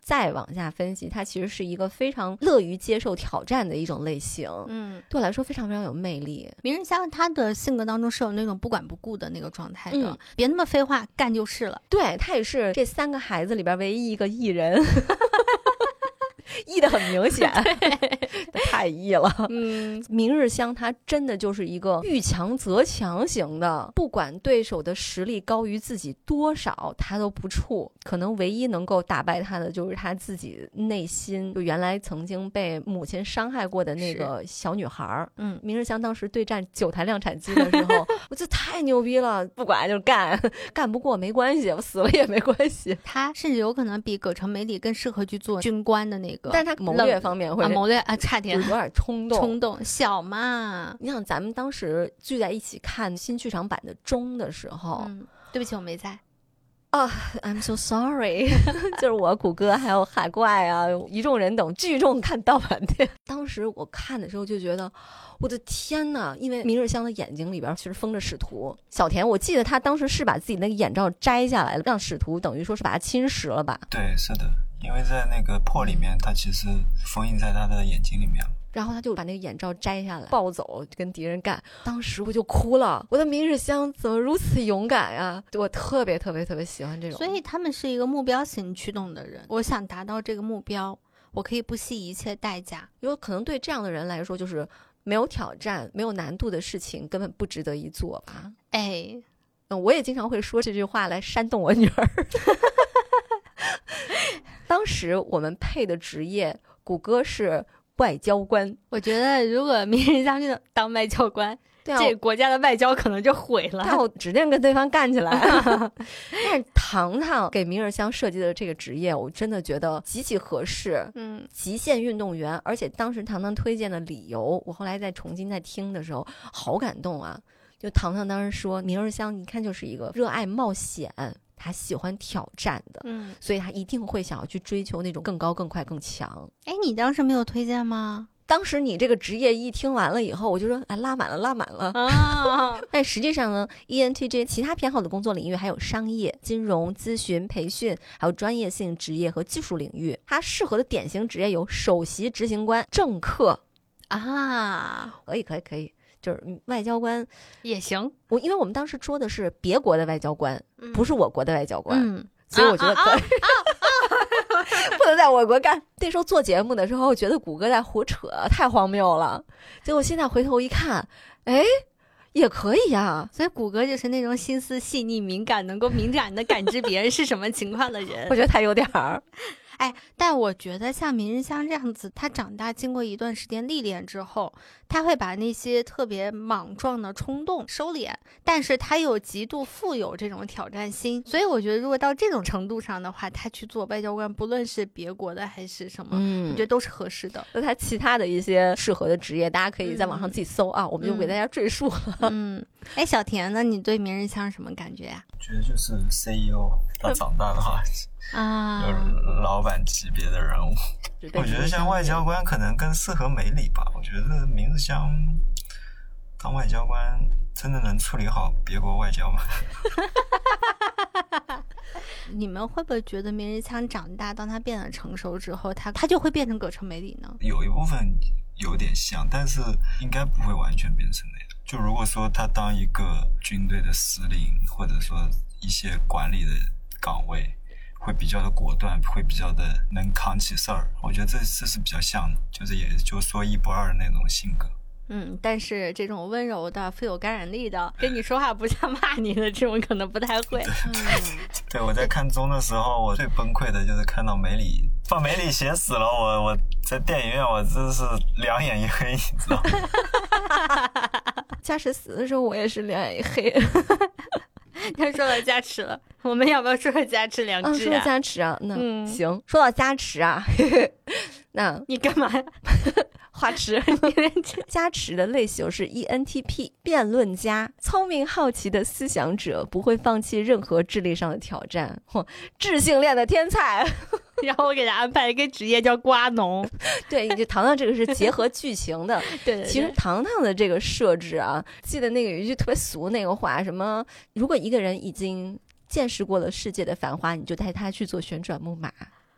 再往下分析，他其实是一个非常乐于接受挑战的一种类型。 嗯， 对我来说非常非常有魅力。 明日香他的性格当中是有那种不管不顾的那个状态的， 嗯、 别那么废话，干就是了。 对，他也是这三个孩子里边唯一一个艺人。艺的很明显，太艺了。 嗯， 明日香他真的就是一个遇强则强型的，不管对手的实力高于自己多少，他都不怵。可能唯一能够打败他的就是他自己内心，就原来曾经被母亲伤害过的那个小女孩。嗯，明日香当时对战九台量产机的时候，我这太牛逼了，不管就干，干不过没关系，我死了也没关系。 他甚至有可能比葛城美里更适合去做军官的那个。 但是他谋略方面会、 啊、谋略啊，差点有点冲动， 冲动小嘛。 你想，咱们当时聚在一起看新剧场版的钟的时候， 嗯，对不起，我没在。 啊、oh, ，I'm so sorry， 就是我谷歌还有海怪啊，一众人等聚众看盗版店。当时我看的时候就觉得，我的天哪！因为明日香的眼睛里边其实封着使徒小田，我记得他当时是把自己那个眼罩摘下来了，让使徒等于说是把他侵蚀了吧？ 对，是的，因为在那个破里面，他其实封印在他的眼睛里面了。 然后他就把那个眼罩摘下来，暴走跟敌人干。当时我就哭了，我的明日香怎么如此勇敢呀？我特别特别特别喜欢这种。 所以他们是一个目标型驱动的人，我想达到这个目标，我可以不惜一切代价。 有可能对这样的人来说，就是没有挑战、没有难度的事情根本不值得一做吧。 哎， 嗯，我也经常会说这句话来煽动我女儿。当时我们配的职业，谷歌是外交官。 我觉得如果明日香就当外交官， 对啊， 这个国家的外交可能就毁了。 他指定跟对方干起来。但是糖糖给明日香设计的这个职业，我真的觉得极其合适。 嗯， 极限运动员，而且当时糖糖推荐的理由，我后来在重新在听的时候，好感动啊！就糖糖当时说，明日香一看就是一个热爱冒险，他喜欢挑战的， 嗯， 所以他一定会想要去追求那种更高、更快、更强。 哎，你当时没有推荐吗？ 当时你这个职业一听完了以后，我就说，哎，拉满了，拉满了啊！ 但实际上呢 ，E N T J 其他偏好的工作领域还有商业、金融、咨询、培训，还有专业性职业和技术领域。它适合的典型职业有首席执行官、政客啊， 可以，可以，可以。就是外交官也行， 我因为我们当时说的是别国的外交官，嗯、不是我国的外交官， 嗯， 所以我觉得可以，啊啊啊、不能在我国干。那时候做节目的时候，觉得谷歌在胡扯，太荒谬了。结果现在回头一看，哎，也可以呀、啊。 所以谷歌就是那种心思细腻、敏感，能够敏感的感知别人是什么情况的人。 我觉得他有点儿。 哎，但我觉得像明日香这样子，他长大经过一段时间历练之后，他会把那些特别莽撞的冲动收敛，但是他又极度富有这种挑战心，所以我觉得如果到这种程度上的话，他去做外交官，不论是别国的还是什么，嗯，我觉得都是合适的。 那他其他的一些适合的职业，大家可以在网上自己搜啊，嗯、我们就给大家赘述了。 嗯，哎，小田呢？你对明日香什么感觉呀、 啊？我觉得就是 C E O， 他长大的话。 啊， 就是老板级别的人物，我觉得像外交官可能更适合梅里吧。我觉得明日香当外交官真的能处理好别国外交吗？ 你们会不会觉得明日香长大，当他变得成熟之后，他他就会变成葛城美里呢？ 有一部分有点像，但是应该不会完全变成那样。就如果说他当一个军队的司令，或者说一些管理的岗位，会比较的果断，会比较的能扛起事儿，我觉得这这是比较像的，就是也就说一不二的那种性格。 嗯，但是这种温柔的、富有感染力的，跟你说话不像骂你的这种，可能不太会。 对，嗯、对我在看钟的时候，我最崩溃的就是看到梅里把梅里写死了，我我在电影院我真是两眼一黑，你知道吗？ 加持死的时候，我也是两眼一黑。 他说了加持了，我们要不要说说加持两只、啊？ 嗯，说加持啊，那、嗯、行。说到加持啊，那你干嘛呀？ 花痴。加持的类型是 E N T P， 辩论家，聪明好奇的思想者，不会放弃任何智力上的挑战，智性恋的天才。 然后我给他安排一个职业叫瓜农。 对，就糖糖这个是结合剧情的。 对, 对, 对， 其实糖糖的这个设置啊，记得那个有一句特别俗那个话，什么如果一个人已经见识过了世界的繁华，你就带他去做旋转木马。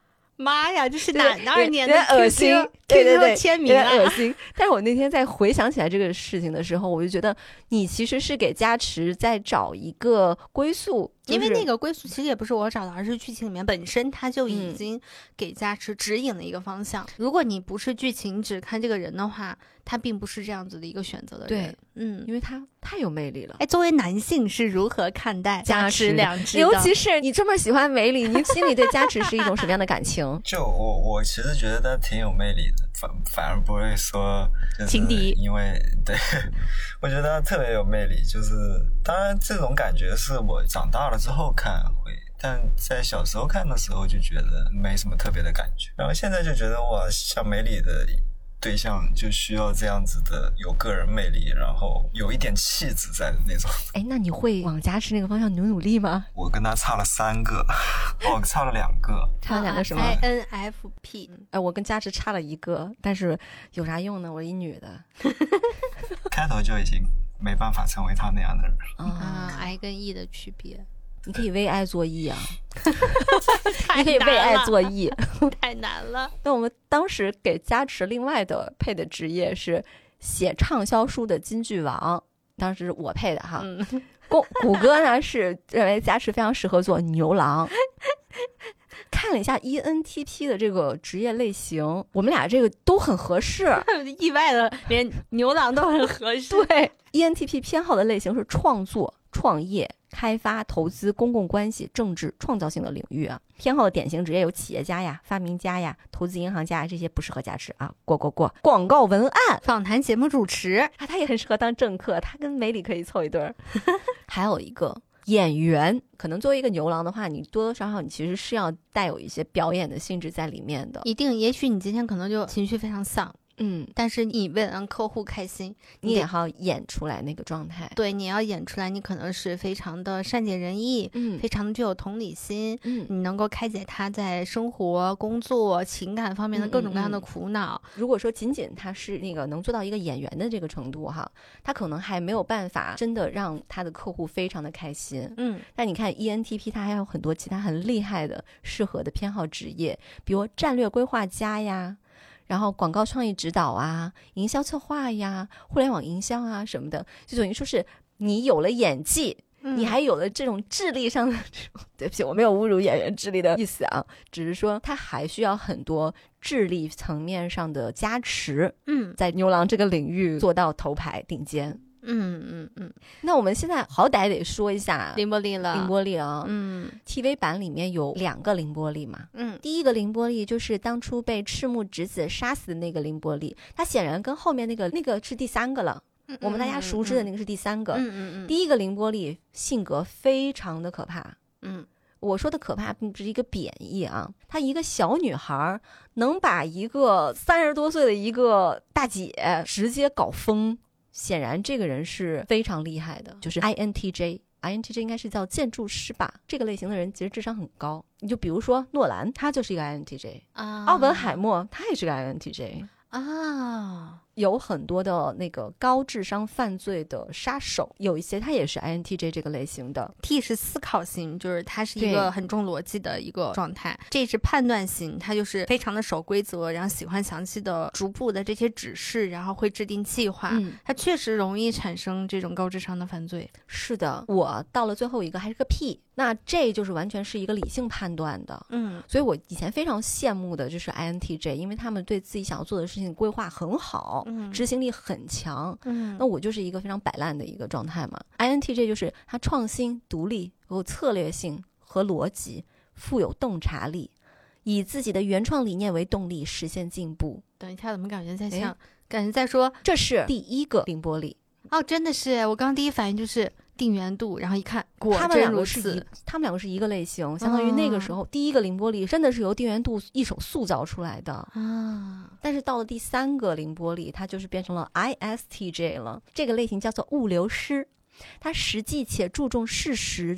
妈呀，这是哪哪二年的 Q Q 恶心，对对对， 签名啊， 恶心。但是我那天在回想起来这个事情的时候，我就觉得你其实是给加持在找一个归宿。就是、 因为那个归宿其实也不是我找的，而是剧情里面本身它就已经给加持指引了一个方向、嗯、如果你不是剧情只看这个人的话，他并不是这样子的一个选择的人。 对，嗯，因为他太有魅力了。 哎，作为男性是如何看待加持两只的？ 尤其是你这么喜欢梅里，你心里对加持是一种什么样的感情？ 就我我其实觉得他挺有魅力的，反反而不会说情敌， 因为对我觉得他特别有魅力。就是当然这种感觉是我长大了之后看会，但在小时候看的时候就觉得没什么特别的感觉，然后现在就觉得哇，像梅里的对象就需要这样子的有个人魅力，然后有一点气质在的那种。 哎，那你会往加持那个方向努努力吗？ 我跟他差了三个，我差了两个， 差了两个什么 ？I N F P。 哎，我跟加持差了一个，但是有啥用呢？我一女的， 开头就已经没办法成为他那样的人啊。I 跟 E 的区别。 你可以为爱作义啊，你可以为爱作义， 太难了。 那我们当时给加持另外的配的职业是写畅销书的金句王，当时我配的哈。嗯、谷谷歌呢是认为加持非常适合做牛郎。看了一下 E N T P 的这个职业类型，我们俩这个都很合适， 意外的连牛郎都很合适。 对 ，E N T P 偏好的类型是创作、创业、开发、投资、公共关系、政治、创造性的领域啊。偏好的典型职业有企业家呀、发明家呀、投资银行家，这些不适合加持啊。过过过。广告文案、 访谈节目主持啊，他也很适合当政客，他跟梅里可以凑一对儿。还有一个演员，可能作为一个牛郎的话，你多多少少你其实是要带有一些表演的性质在里面的。 一定，也许你今天可能就情绪非常丧。 嗯， 但是你为了让客户开心， 你也要演出来那个状态。 对，你要演出来，你可能是非常的善解人意，嗯，非常的具有同理心，嗯，你能够开解他在生活、工作、情感方面的各种各样的苦恼。 嗯嗯嗯、如果说仅仅他是那个能做到一个演员的这个程度哈，他可能还没有办法真的让他的客户非常的开心。嗯，但你看 E N T P 他还有很多其他很厉害的适合的偏好职业，比如战略规划家呀。然后广告创意指导啊，营销策划呀，互联网营销啊什么的，就等于说是你有了演技、嗯、你还有了这种智力上的对不起，我没有侮辱演员智力的意思啊，只是说他还需要很多智力层面上的加持，嗯，在牛郎这个领域做到头牌顶尖。 嗯嗯嗯， 那我们现在好歹得说一下凌波丽了。 凌波丽啊， 嗯 ，T V 版里面有两个凌波丽嘛， 嗯， 第一个凌波丽就是当初被赤木直子杀死的那个凌波丽，她显然跟后面那个那个是第三个了，嗯、我们大家熟知的那个是第三个， 嗯嗯嗯， 第一个凌波丽性格非常的可怕， 嗯。 我说的可怕并不是一个贬义啊，她一个小女孩能把一个三十多岁的一个大姐直接搞疯。显然这个人是非常厉害的，就是 I N T J I N T J 应该是叫建筑师吧，这个类型的人其实智商很高，你就比如说诺兰，他就是一个 I N T J 啊， 奥本海默他也是个 I N T J 啊， 有很多的那个高智商犯罪的杀手，有一些他也是 I N T J 这个类型的。 T 是思考型，就是它是一个很重逻辑的一个状态，这是判断型，它就是非常的守规则，然后喜欢详细的逐步的这些指示，然后会制定计划，嗯，它确实容易产生这种高智商的犯罪。 是的，我到了最后一个还是个 P， 那这就是完全是一个理性判断的， 嗯， 所以我以前非常羡慕的就是 I N T J， 因为他们对自己想要做的事情规划很好，嗯，执行力很强，嗯，那我就是一个非常摆烂的一个状态嘛。I N T J 就是他创新、独立、有策略性和逻辑，富有洞察力，以自己的原创理念为动力实现进步。 等一下，怎么感觉在像感觉在说这是第一个凌波丽？ 哦，真的是，我刚刚第一反应就是定元度，然后一看果他们真如此。 两个是一，他们两个是一个类型，相当于那个时候、哦、第一个凌波丽真的是由定元度一手塑造出来的啊。 但是到了第三个凌波丽，它就是变成了 I S T J 了，这个类型叫做物流师，它实际且注重事实，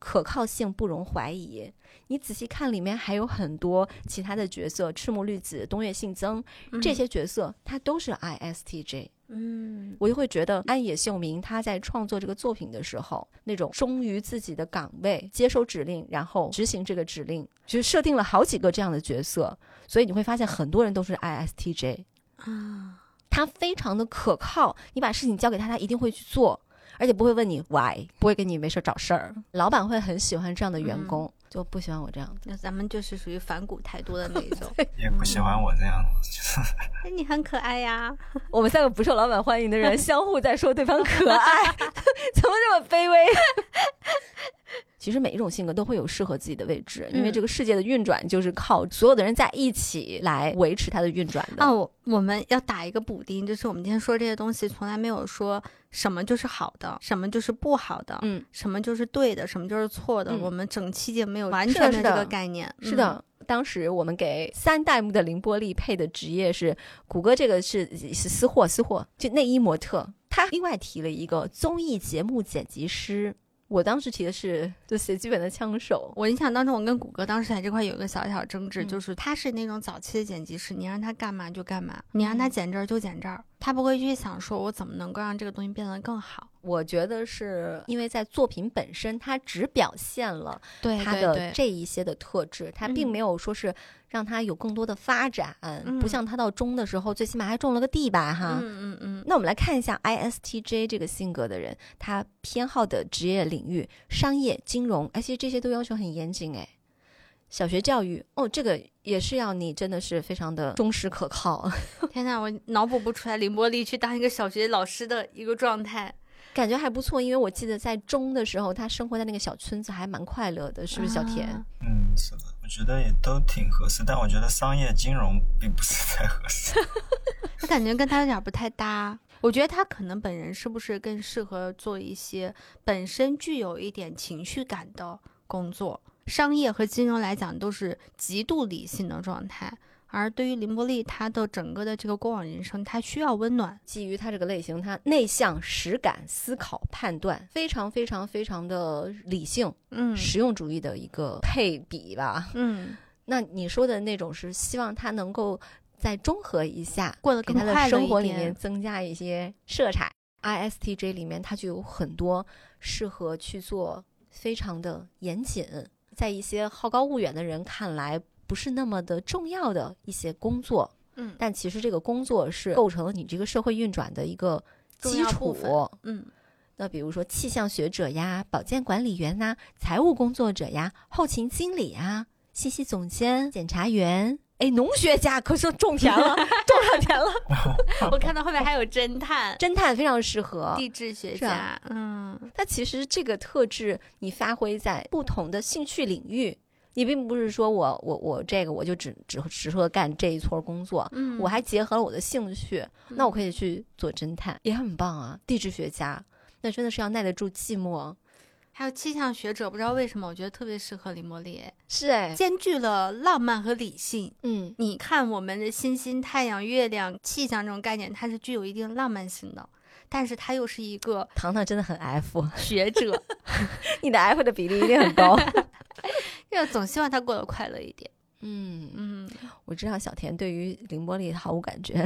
可靠性不容怀疑。你仔细看里面还有很多其他的角色，赤木绿子、东岳信增、嗯、这些角色他都是 I S T J。 嗯， 我就会觉得安野秀明他在创作这个作品的时候，那种忠于自己的岗位，接受指令然后执行这个指令，就是设定了好几个这样的角色，所以你会发现很多人都是 I S T J 啊， 他非常的可靠，你把事情交给他他一定会去做，而且不会问你 why， 不会跟你没事找事儿。老板会很喜欢这样的员工、嗯、就不喜欢我这样的。 那咱们就是属于反骨太多的那种也不喜欢我这样、 嗯、你很可爱呀。 我们三个不受老板欢迎的人相互在说对方可爱怎么这么卑微其实每一种性格都会有适合自己的位置、嗯、因为这个世界的运转就是靠所有的人在一起来维持它的运转的。 哦，我们要打一个补丁，就是我们今天说这些东西从来没有说什么就是好的，什么就是不好的， 嗯， 什么就是对的，什么就是错的、嗯、我们整期节没有完全的这个概念。 是的，是的、嗯、当时我们给三代目的凌波丽配的职业是谷歌，这个是是私货私货就内衣模特，他另外提了一个综艺节目剪辑师，我当时提的是就写剧本的枪手。 我印象当中我跟谷歌当时在这块有一个小小争执、嗯、就是他是那种早期的剪辑师，你让他干嘛就干嘛，你让他剪这儿就剪这儿、嗯、他不会去想说我怎么能够让这个东西变得更好。 我觉得是因为在作品本身它只表现了它的这一些的特质，它并没有说是让它有更多的发展、嗯、不像它到中的时候最起码还种了个地吧哈。 嗯嗯嗯。 那我们来看一下 I S T J 这个性格的人，他偏好的职业领域商业金融，而且这些都要求很严谨。哎，小学教育哦，这个也是要你真的是非常的忠实可靠。 天哪，我脑补不出来凌波丽去当一个小学老师的一个状态。 感觉还不错，因为我记得在中的时候他生活在那个小村子还蛮快乐的，是不是小田、啊、 嗯，是的，我觉得也都挺合适，但我觉得商业金融并不是太合适我感觉跟他有点不太搭。我觉得他可能本人是不是更适合做一些本身具有一点情绪感的工作，商业和金融来讲都是极度理性的状态，而对于凌波丽她的整个的这个过往人生，她需要温暖。 基于她这个类型，她内向、实感、思考、判断，非常非常非常的理性，嗯，实用主义的一个配比吧。 嗯， 那你说的那种是希望她能够再中和一下， 过得更快乐一点，给她的生活里面增加一些色彩。I S T J 里面它就有很多适合去做非常的严谨，在一些好高骛远的人看来不是那么的重要的一些工作， 嗯， 但其实这个工作是构成了你这个社会运转的一个基础。 嗯， 那比如说气象学者呀、保健管理员呐、财务工作者呀、后勤经理啊、信息总监、检察员，哎，农学家可是种田了，种上田了。 我看到后面还有侦探， 侦探非常适合， 地质学家，啊、嗯， 它其实这个特质你发挥在不同的兴趣领域。你并不是说我我我这个我就只只适合干这一撮工作，嗯，我还结合了我的兴趣，嗯，那我可以去做侦探，也很棒啊。地质学家，那真的是要耐得住寂寞。 还有气象学者，不知道为什么我觉得特别适合凌波丽， 是哎， 兼具了浪漫和理性。 嗯， 你看我们的星星、太阳、月亮、气象这种概念，它是具有一定浪漫性的。但是他又是一个糖糖真的很 F 学者你的 F 的比例一定很高因为总希望他过得快乐一点。 嗯嗯， 我知道小田对于凌波丽毫无感觉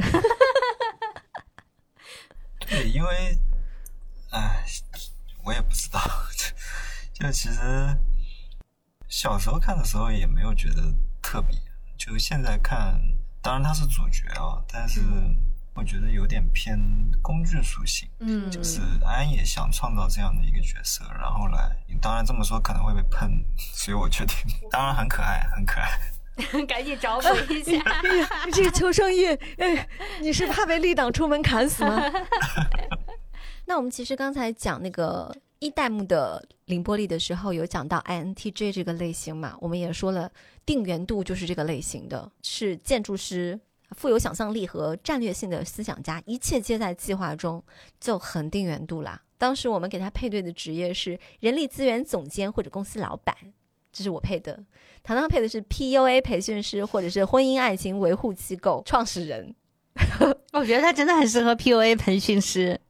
对，因为哎，我也不知道就其实小时候看的时候也没有觉得特别，就现在看当然他是主角啊，但是我觉得有点偏工具属性， 嗯， 就是安也想创造这样的一个角色，然后来，当然这么说可能会被喷，所以我决定，当然很可爱，很可爱， 赶紧找补一下。 你这个求生欲，哎，你是怕被立党出门砍死吗？那我们其实刚才讲那个一代目的凌波丽的时候，有讲到 I N T J 这个类型嘛，我们也说了，定元度就是这个类型的，是建筑师。富有想象力和战略性的思想家，一切皆在计划中，就很定元度啦。当时我们给他配对的职业是人力资源总监或者公司老板，这是我配的。唐唐配的是 P U A 培训师或者是婚姻爱情维护机构创始人。 我觉得他真的很适合 P U A 培训师。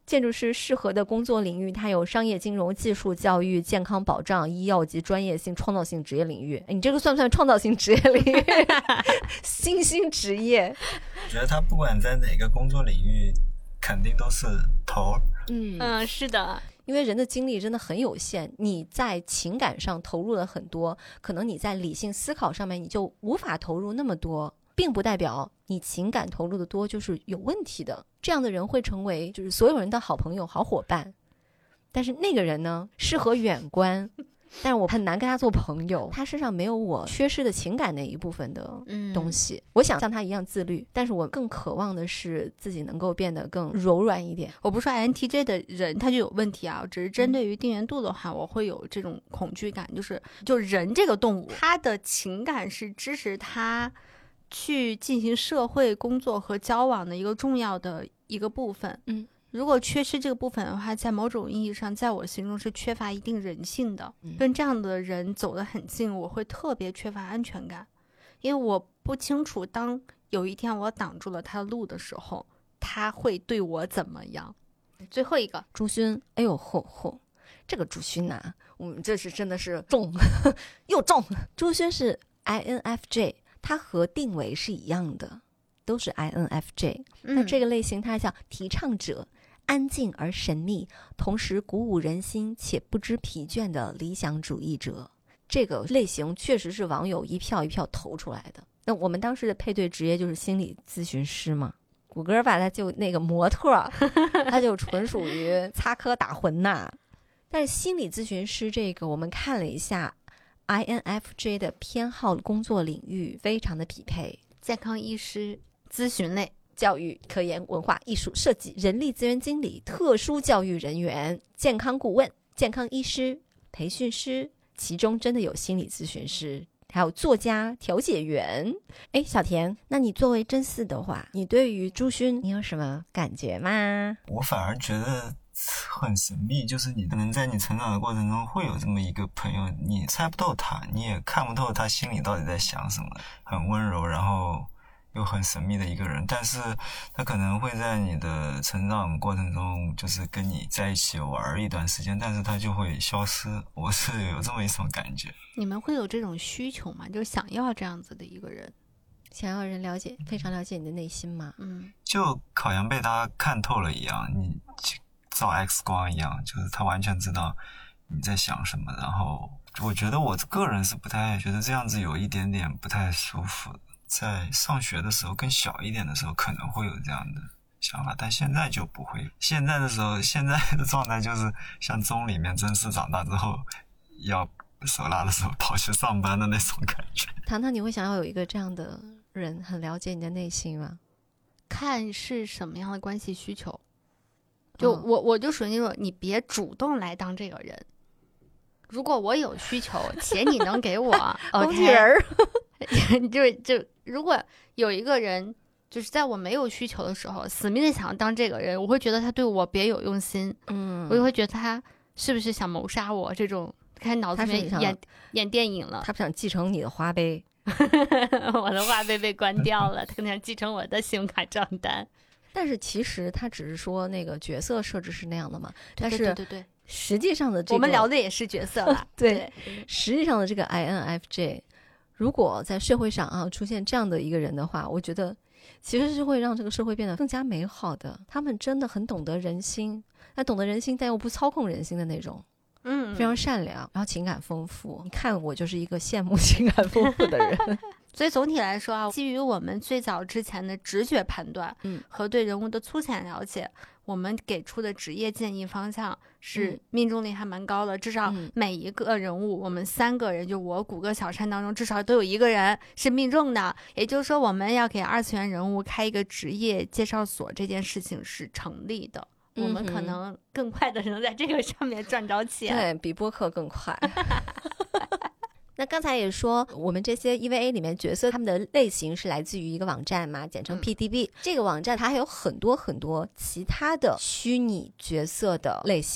建筑师适合的工作领域，它有商业金融、技术、教育、健康保障、医药及专业性、创造性职业领域。你这个算不算创造性职业领域？新兴职业。 我觉得他不管在哪个工作领域，肯定都是头。 嗯嗯，是的。 因为人的精力真的很有限，你在情感上投入了很多，可能你在理性思考上面你就无法投入那么多，并不代表你情感投入的多就是有问题的。这样的人会成为就是所有人的好朋友、好伙伴，但是那个人呢，适合远观，但是我很难跟他做朋友，他身上没有我缺失的情感那一部分的东西、嗯、我想像他一样自律，但是我更渴望的是自己能够变得更柔软一点。 我不是说 I N T J 的人他就有问题啊，只是针对于定元度的话、嗯、我会有这种恐惧感，就是就人这个动物，他的情感是支持他去进行社会工作和交往的一个重要的一个部分。 嗯， 如果缺失这个部分的话，在某种意义上在我心中是缺乏一定人性的、嗯、跟这样的人走得很近，我会特别缺乏安全感，因为我不清楚当有一天我挡住了他的路的时候，他会对我怎么样。最后一个朱勋，哎呦吼吼，这个朱勋啊，我们这是真的是重又重。朱勋是 I N F J， 他和定维是一样的，都是 I N F J、嗯、那这个类型它叫提倡者，安静而神秘，同时鼓舞人心且不知疲倦的理想主义者。这个类型确实是网友一票一票投出来的。那我们当时的配对职业就是心理咨询师嘛，谷歌吧他就那个模特他就纯属于插科打诨呐。但是心理咨询师这个我们看了一下 I N F J 的偏好工作领域非常的匹配， 健康医师、咨询类、 教育、科研、文化艺术、设计、人力资源经理、特殊教育人员、健康顾问、健康医师、培训师，其中真的有心理咨询师，还有作家、调解员。哎，小田，那你作为真四的话，你对于朱勋你有什么感觉吗？ 我反而觉得很神秘，就是你可能在你成长的过程中会有这么一个朋友，你猜不透他，你也看不透他心里到底在想什么，很温柔然后又很神秘的一个人，但是他可能会在你的成长过程中就是跟你在一起玩一段时间，但是他就会消失。我是有这么一种感觉。 你们会有这种需求吗？就是想要这样子的一个人， 想要人了解，非常了解你的内心吗？ 嗯， 就好像被他看透了一样，你照 X 光一样，就是他完全知道你在想什么。然后我觉得我个人是不太觉得这样子有一点点不太舒服的。在上学的时候更小一点的时候可能会有这样的想法，但现在就不会。现在的时候现在的状态就是像中里面真是长大之后要手拉着手跑去上班的那种感觉。 糖糖，你会想要有一个这样的人很了解你的内心吗？ 看是什么样的关系需求。就我、嗯、我就属于那种你别主动来当这个人，如果我有需求且你能给我工具人儿就就如果有一个人就是在我没有需求的时候死命的想要当这个人，我会觉得他对我别有用心， 嗯， 我就会觉得他是不是想谋杀我，这种开脑子里面演演电影了， 他不想继承你的花呗我的花呗被关掉了他可能想继承我的信用卡账单。 但是其实他只是说那个角色设置是那样的嘛，但是对对对对， 实际上的这个我们聊的也是角色了对, 对，实际上的这个 I N F J 如果在社会上啊出现这样的一个人的话，我觉得其实是会让这个社会变得更加美好的。他们真的很懂得人心，那懂得人心但又不操控人心的那种， 嗯， 非常善良，然后情感丰富。你看我就是一个羡慕情感丰富的人所以总体来说啊，基于我们最早之前的直觉判断和对人物的粗浅了解、嗯、我们给出的职业建议方向是命中率还蛮高的、嗯、至少每一个人物我们三个人就我谷歌小山当中至少都有一个人是命中的，也就是说我们要给二次元人物开一个职业介绍所这件事情是成立的、嗯、我们可能更快的能在这个上面赚着钱， 对，比播客更快那刚才也说我们这些 E V A 里面角色他们的类型是来自于一个网站嘛，简称 P D B、嗯、这个网站它还有很多很多其他的虚拟角色的类型，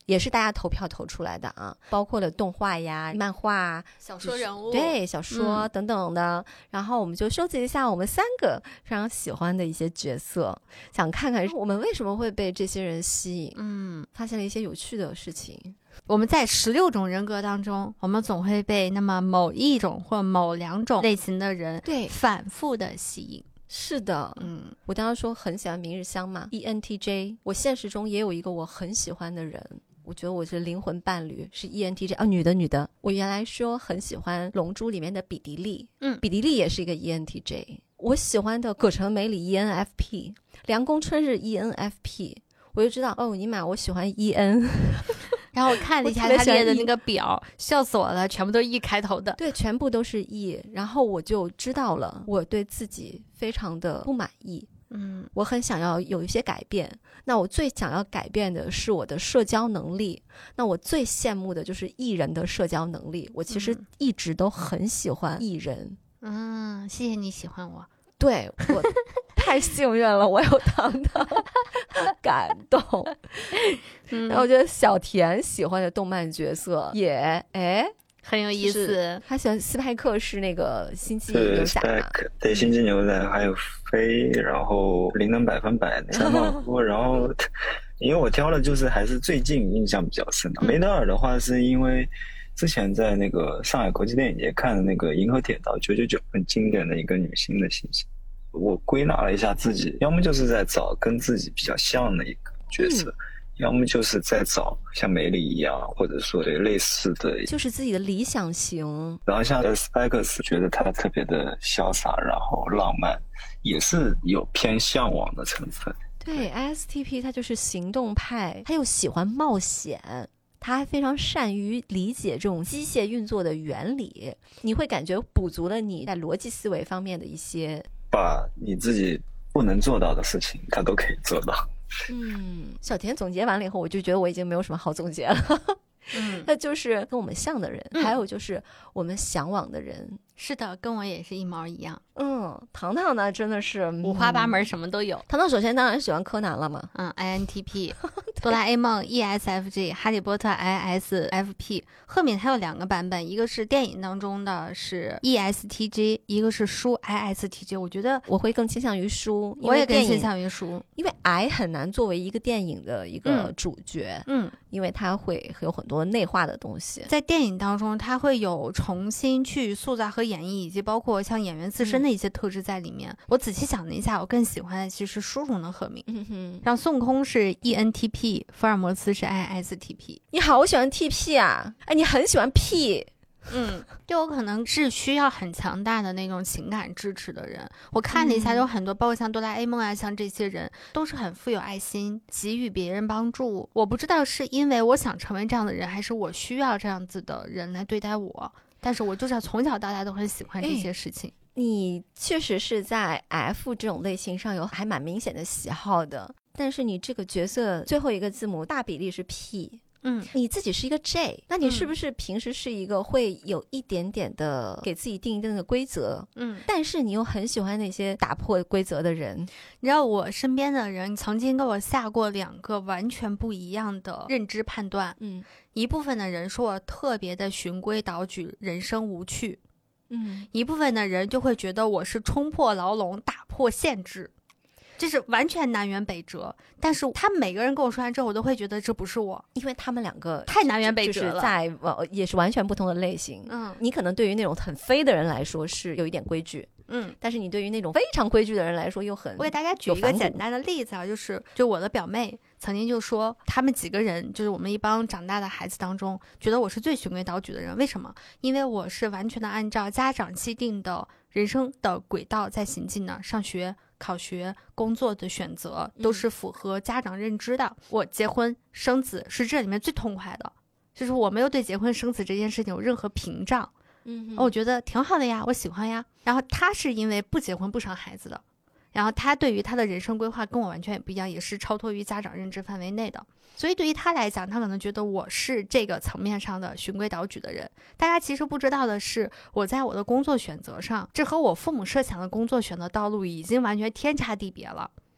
也是大家投票投出来的啊，包括了动画呀、漫画、 小说人物， 对小说、嗯、等等的。然后我们就收集一下我们三个非常喜欢的一些角色，想看看我们为什么会被这些人吸引。嗯，发现了一些有趣的事情。 我们在十六种人格当中，我们总会被那么某一种或某两种类型的人对反复的吸引。 是的，嗯，我当时说很喜欢明日香嘛 E N T J， 我现实中也有一个我很喜欢的人，我觉得我是灵魂伴侣，是 E N T J 啊，女的女的。我原来说很喜欢龙珠里面的比迪利，嗯，比迪利也是一个 E N T J。 我喜欢的葛城美里 E N F P， 凉宫春日 E N F P， 我就知道哦，尼玛我喜欢 E N 然后我看了一下他列的那个表，笑死我了，全部都是 E 开头的。 对，全部都是 E， 然后我就知道了我对自己非常的不满意。嗯，我很想要有一些改变。那我最想要改变的是我的社交能力。那我最羡慕的就是艺人的社交能力。我其实一直都很喜欢艺人。 嗯，谢谢你喜欢我。 对，我太幸运了，我有糖糖感动。嗯，然后我觉得小田喜欢的动漫角色也哎很有意思， 他喜欢斯派克是那个星际牛仔嘛？ 对，星际牛仔还有飞，然后灵能百分百三茂夫，然后因为我挑的就是还是最近印象比较深的。嗯、梅德尔的话是因为之前在那个上海国际电影节看的那个《银河铁道九九九》，很经典的一个女星的形象。我归纳了一下自己，要么就是在找跟自己比较像的一个角色。嗯，要么就是在找像梅里一样，或者说类似的， 就是自己的理想型。 然后像 Spikes 觉得他特别的潇洒，然后浪漫，也是有偏向往的成分。 对 I S T P 他就是行动派，他又喜欢冒险，他还非常善于理解这种机械运作的原理，你会感觉补足了你在逻辑思维方面的一些， 把你自己不能做到的事情他都可以做到。 嗯，小田总结完了以后，我就觉得我已经没有什么好总结了。嗯，那就是跟我们像的人，嗯、还有就是我们向往的人。 是的，跟我也是一毛一样。 嗯，糖糖呢真的是五花八门，什么都有。 糖糖首先当然喜欢柯南了嘛， 嗯 ，I N T P， 哆啦 A 梦 E S F J， 哈利波特 I S F P。赫敏它有两个版本，一个是电影当中的是 E S T J， 一个是书 I S T J。我觉得我会更倾向于书， 我也更倾向于书， 因为 I 很难作为一个电影的一个主角，嗯，因为它会有很多内化的东西。 在电影当中，它会有重新去塑造和演绎，以及包括像演员自身的一些特质在里面。嗯、我仔细想了一下，我更喜欢的其实书中的赫敏。嗯哼，让孙悟空是 E N T P， 福尔摩斯是 I S T P。 你好喜欢 T P 啊？哎，你很喜欢 P。 嗯，对，我可能是需要很强大的那种情感支持的人。我看了一下，有很多，包括像哆啦 A 梦啊，像这些人都是很富有爱心，给予别人帮助。我不知道是因为我想成为这样的人，还是我需要这样子的人来对待我。但是我就是从小到大都很喜欢这些事情。 你确实是在 F 这种类型上有还蛮明显的喜好的，但是你这个角色最后一个字母大比例是 P。嗯，你自己是一个 J， 那你是不是平时是一个会有一点点的给自己定一定的规则？嗯，但是你又很喜欢那些打破规则的人。 你知道我身边的人曾经给我下过两个完全不一样的认知判断。嗯，一部分的人说我特别的循规蹈矩，人生无趣。嗯，一部分的人就会觉得我是冲破牢笼，打破限制。这是完全南辕北辙，但是他们每个人跟我说完之后，我都会觉得这不是我， 因为他们两个太南辕北辙了， 就是在呃也是完全不同的类型。嗯，你可能对于那种很飞的人来说是有一点规矩，嗯，但是你对于那种非常规矩的人来说又很…… 我给大家举一个简单的例子啊，就是就我的表妹曾经就说，他们几个人就是我们一帮长大的孩子当中，觉得我是最循规蹈矩的人。为什么？因为我是完全的按照家长既定的人生的轨道在行进的，上学、考学、工作的选择都是符合家长认知的。嗯、我结婚生子是这里面最痛快的，就是我没有对结婚生子这件事情有任何屏障。嗯，我觉得挺好的呀，我喜欢呀。然后他是因为不结婚不生孩子的，然后他对于他的人生规划跟我完全也不一样，也是超脱于家长认知范围内的。所以对于他来讲，他可能觉得我是这个层面上的循规蹈矩的人。大家其实不知道的是，我在我的工作选择上，这和我父母设想的工作选择道路已经完全天差地别了。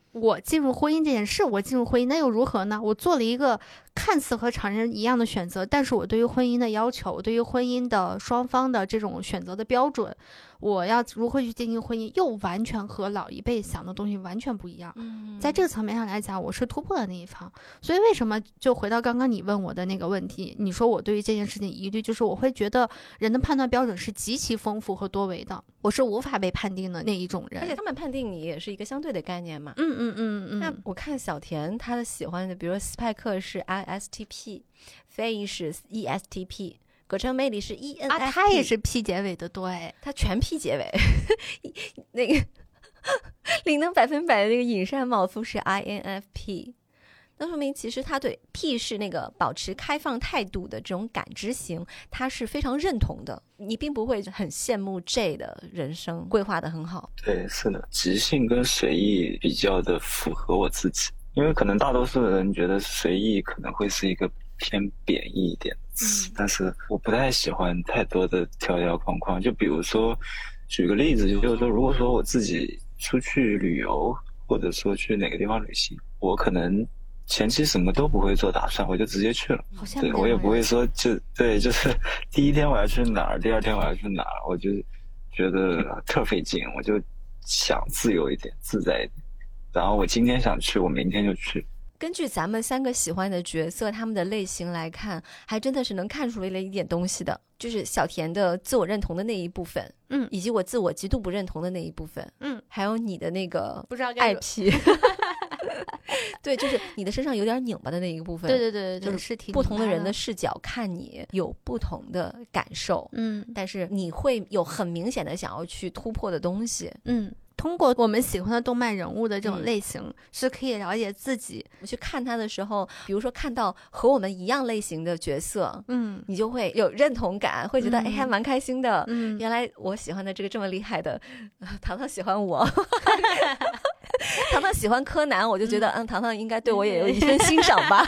我进入婚姻这件事，我进入婚姻那又如何呢？我做了一个看似和常人一样的选择，但是我对于婚姻的要求，我对于婚姻的双方的这种选择的标准，我要如何去进行婚姻，又完全和老一辈想的东西完全不一样。 嗯， 在这个层面上来讲，我是突破的那一方。所以为什么就回到刚刚你问我的那个问题，你说我对于这件事情疑虑，就是我会觉得人的判断标准是极其丰富和多维的，我是无法被判定的那一种人。 而且他们判定你也是一个相对的概念嘛。 嗯嗯嗯嗯。 那我看小田他的喜欢的，比如说斯派克是 I S T P， 非遗是 E S T P， 葛城美里是 E N F P， 啊，他也是 P 结尾的，对， 他全 P 结尾。那个灵能百分百的那个尹善卯夫是 I N F P， 那说明其实他对 P 是那个保持开放态度的这种感知型，他是非常认同的。你并不会很羡慕 J 的人生规划的很好。 对，是的，即兴跟随意比较的符合我自己，因为可能大多数人觉得随意可能会是一个偏贬义一点的词，嗯，但是我不太喜欢太多的条条框框。就比如说举个例子，就是说如果说我自己出去旅游，或者说去哪个地方旅行，我可能前期什么都不会做打算，我就直接去了。 好像对，我也不会说就对，就是第一天我要去哪儿，第二天我要去哪儿，我就觉得特费劲，我就想自由一点，自在一点。然后我今天想去，我明天就去。 根据咱们三个喜欢的角色他们的类型来看，还真的是能看出来了一点东西的，就是小田的自我认同的那一部分， 嗯， 以及我自我极度不认同的那一部分， 嗯， 还有你的那个不知道爱癖。对，就是你的身上有点拧巴的那一个部分。 对对对对， 就是不同的人的视角看你有不同的感受， 嗯， 但是你会有很明显的想要去突破的东西， 嗯。通过我们喜欢的动漫人物的这种类型，嗯，是可以了解自己。 我去看他的时候，比如说看到和我们一样类型的角色，嗯，你就会有认同感，会觉得，嗯，哎，还蛮开心的。嗯，原来我喜欢的这个这么厉害的，呃、糖糖喜欢我。糖糖喜欢柯南，我就觉得，嗯，嗯糖糖应该对我也有一份欣赏吧。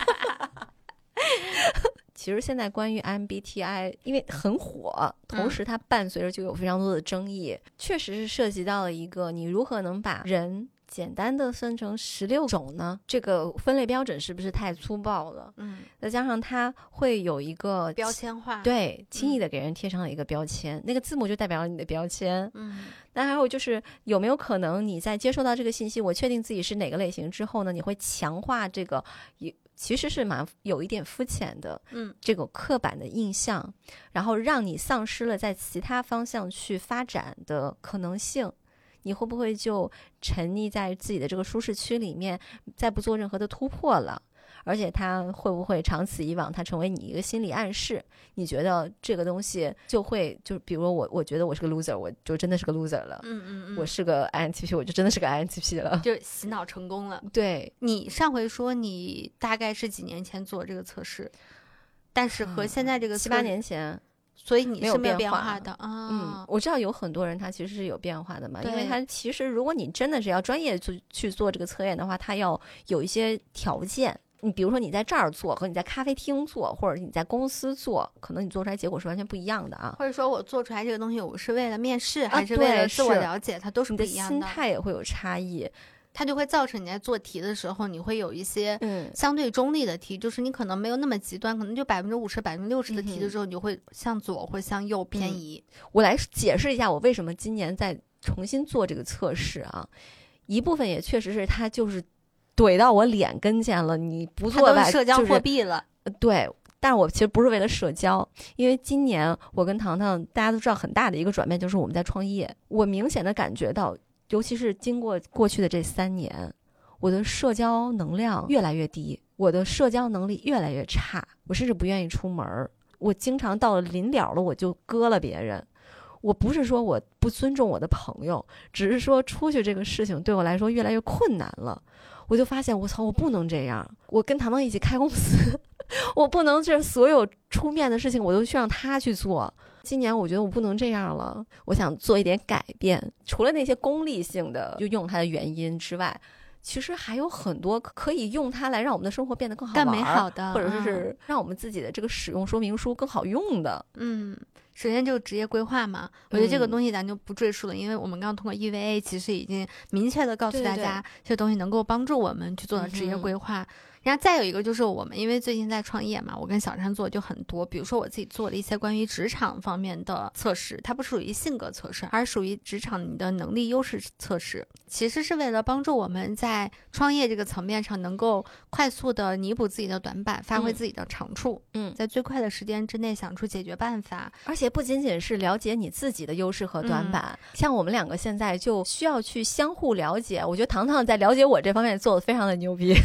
其实现在关于 M B T I 因为很火，同时它伴随着就有非常多的争议，嗯，确实是涉及到了一个你如何能把人简单的分成十六种呢？这个分类标准是不是太粗暴了？嗯，再加上它会有一个标签化， 对，轻易的给人贴上了一个标签，嗯，那个字母就代表了你的标签。嗯，那还有就是有没有可能你在接收到这个信息，我确定自己是哪个类型之后呢，你会强化这个也其实是蛮有一点肤浅的，嗯，这个刻板的印象，然后让你丧失了在其他方向去发展的可能性。你会不会就沉溺在自己的这个舒适区里面，再不做任何的突破了？而且它会不会长此以往，它成为你一个心理暗示？你觉得这个东西就会，就比如我，我觉得我是个 loser， 我就真的是个 loser 了。嗯嗯嗯，我是个 I N T P， 我就真的是个 I N T P 了， 就洗脑成功了。 对， 你上回说你大概是几年前做这个测试，但是和现在这个七八年前。 所以你是没有变化的啊、 哦？嗯，我知道有很多人他其实是有变化的嘛，因为他其实如果你真的是要专业去去做这个测验的话，他要有一些条件。你比如说你在这儿做和你在咖啡厅做，或者你在公司做，可能你做出来结果是完全不一样的啊。 或者说我做出来这个东西，我是为了面试，还是为了自我了解， 啊、 它都是不一样的。 你的心态也会有差异。 它就会造成你在做题的时候，你会有一些相对中立的题，嗯、就是你可能没有那么极端，可能就百分之五十、百分之六十的题的时候，嗯、你就会向左或向右偏移、 嗯。我来解释一下我为什么今年在重新做这个测试啊，一部分也确实是它就是怼到我脸跟前了，你不做吧， 它都是社交货币了。 就是、对，但我其实不是为了社交，因为今年我跟糖糖大家都知道很大的一个转变就是我们在创业，我明显的感觉到。尤其是经过过去的这三年，我的社交能量越来越低，我的社交能力越来越差，我甚至不愿意出门，我经常到了临了了我就割了别人。我不是说我不尊重我的朋友，只是说出去这个事情对我来说越来越困难了。我就发现我操，我不能这样，我跟糖糖一起开公司，我不能这所有出面的事情我都去让他去做。今年我觉得我不能这样了，我想做一点改变。除了那些功利性的就用它的原因之外，其实还有很多可以用它来让我们的生活变得更好玩、 更美好的， 或者是让我们自己的这个使用说明书更好用的。 嗯， 首先就职业规划嘛，我觉得这个东西咱就不赘述了，嗯、因为我们刚刚通过 E V A 其实已经明确的告诉大家，这东西能够帮助我们去做的职业规划。嗯、然后再有一个就是我们因为最近在创业嘛，我跟小山做就很多，比如说我自己做了一些关于职场方面的测试，它不属于性格测试，而属于职场你的能力优势测试，其实是为了帮助我们在创业这个层面上能够快速的弥补自己的短板，发挥自己的长处，嗯，在最快的时间之内想出解决办法。 而且不仅仅是了解你自己的优势和短板，嗯、像我们两个现在就需要去相互了解，我觉得糖糖在了解我这方面做的非常的牛逼。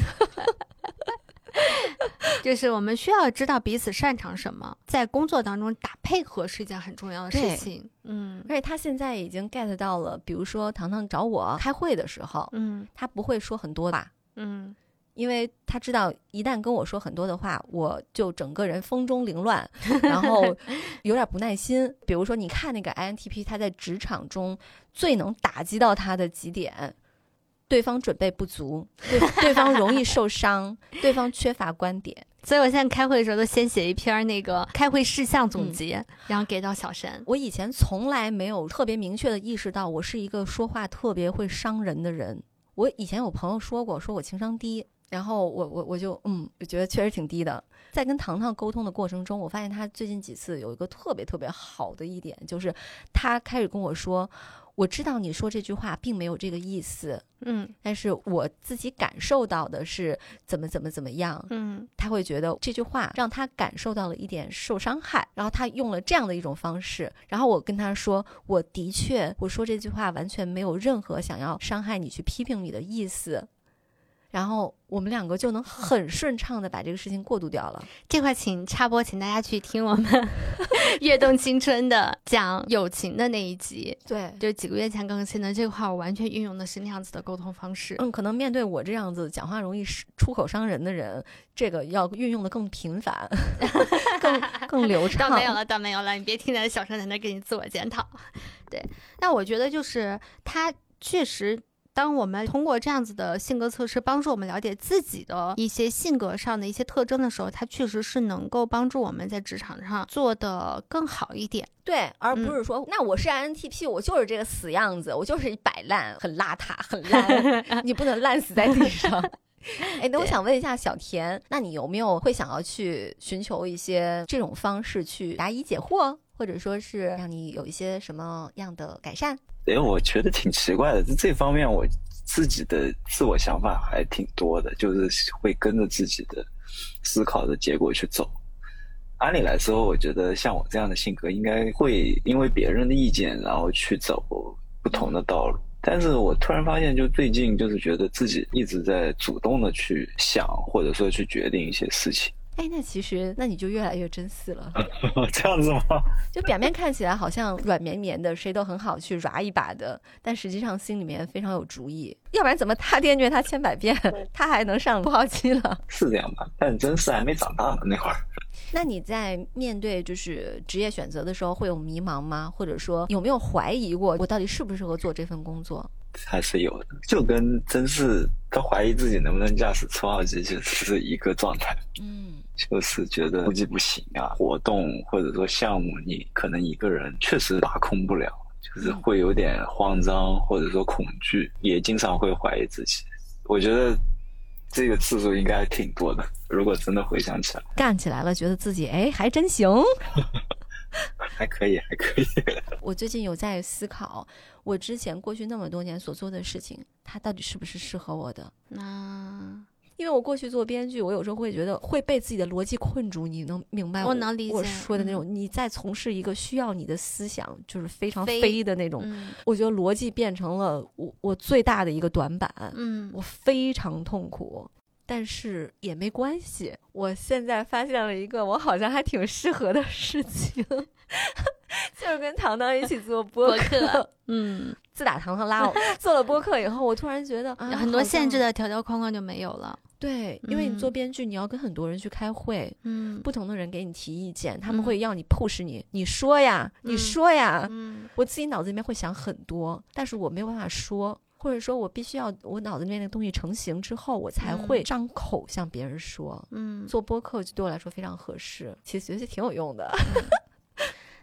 就是我们需要知道彼此擅长什么，在工作当中打配合是一件很重要的事情。嗯， 而且他现在已经 get 到了，比如说糖糖找我开会的时候，嗯，他不会说很多吧，嗯，因为他知道一旦跟我说很多的话，我就整个人风中凌乱，然后有点不耐心。比如说你看那个 I N T P， 他在职场中最能打击到他的几点，对方准备不足， 对, 对方容易受伤，对方缺乏观点。 所以我现在开会的时候都先写一篇那个开会事项总结，嗯、然后给到小山。 我以前从来没有特别明确的意识到我是一个说话特别会伤人的人。我以前有朋友说过，说我情商低，然后我我我就嗯，我觉得确实挺低的。在跟糖糖沟通的过程中，我发现他最近几次有一个特别特别好的一点，就是他开始跟我说，我知道你说这句话并没有这个意思，嗯，但是我自己感受到的是怎么怎么怎么样，嗯，他会觉得这句话让他感受到了一点受伤害，然后他用了这样的一种方式，然后我跟他说，我的确我说这句话完全没有任何想要伤害你去批评你的意思，然后我们两个就能很顺畅的把这个事情过渡掉了。 这块请插播，请大家去听我们跃动青春的讲友情的那一集， 对， 就几个月前更新的这块，我完全运用的是那样子的沟通方式。 嗯，可能面对我这样子讲话容易出口伤人的人，这个要运用的更频繁更更流畅。 倒没有了倒没有了，你别听着小声在那给你自我检讨。对，那我觉得就是他确实，当我们通过这样子的性格测试帮助我们了解自己的一些性格上的一些特征的时候，它确实是能够帮助我们在职场上做得更好一点。 对，而不是说、嗯、那我是 I N T P， 我就是这个死样子，我就是一摆烂，很邋遢，很烂，你不能烂死在地上。哎，那我想问一下小田，那你有没有会想要去寻求一些这种方式去答疑解惑，或者说是让你有一些什么样的改善？ 哎，我觉得挺奇怪的，这方面我自己的自我想法还挺多的，就是会跟着自己的思考的结果去走。按理来说，我觉得像我这样的性格应该会因为别人的意见然后去走不同的道路，但是我突然发现，就最近就是觉得自己一直在主动的去想，或者说去决定一些事情。 哎，那其实那你就越来越真似了。 这样子吗？ 就表面看起来好像软绵绵的，谁都很好去抓一把的，但实际上心里面非常有主意。要不然怎么他爹虐他千百遍，他还能上不好期了？ 是这样吧？但真是还没长大呢那会儿。 那你在面对就是职业选择的时候会有迷茫吗？或者说有没有怀疑过我到底适不适合做这份工作？ 还是有的，就跟真是他怀疑自己能不能驾驶初号机其实是一个状态。嗯，就是觉得估计不行啊，活动或者说项目你可能一个人确实把控不了，就是会有点慌张或者说恐惧，也经常会怀疑自己。我觉得这个次数应该挺多的，如果真的回想起来， 干起来了觉得自己哎还真行。 还可以还可以。 我最近有在思考我之前过去那么多年所做的事情，它到底是不是适合我的。那因为我过去做编剧，我有时候会觉得会被自己的逻辑困住，你能明白 我, 我能理解我说的那种、嗯、你在从事一个需要你的思想就是非常飞的那种、嗯、我觉得逻辑变成了我我最大的一个短板。嗯，我非常痛苦，但是也没关系，我现在发现了一个我好像还挺适合的事情就是跟糖糖一起做播 客, 播客嗯，自打糖糖拉我做了播客以后，我突然觉得、啊、 很多限制的条条框框就没有了。 对，因为你做编剧、嗯、你要跟很多人去开会，嗯，不同的人给你提意见，他们会要你 push 你、嗯、你说呀你说呀、嗯、我自己脑子里面会想很多，但是我没有办法说，或者说我必须要我脑子里面那个东西成型之后我才会张口向别人说。嗯，做播客就对我来说非常合适，其实其实挺有用的。嗯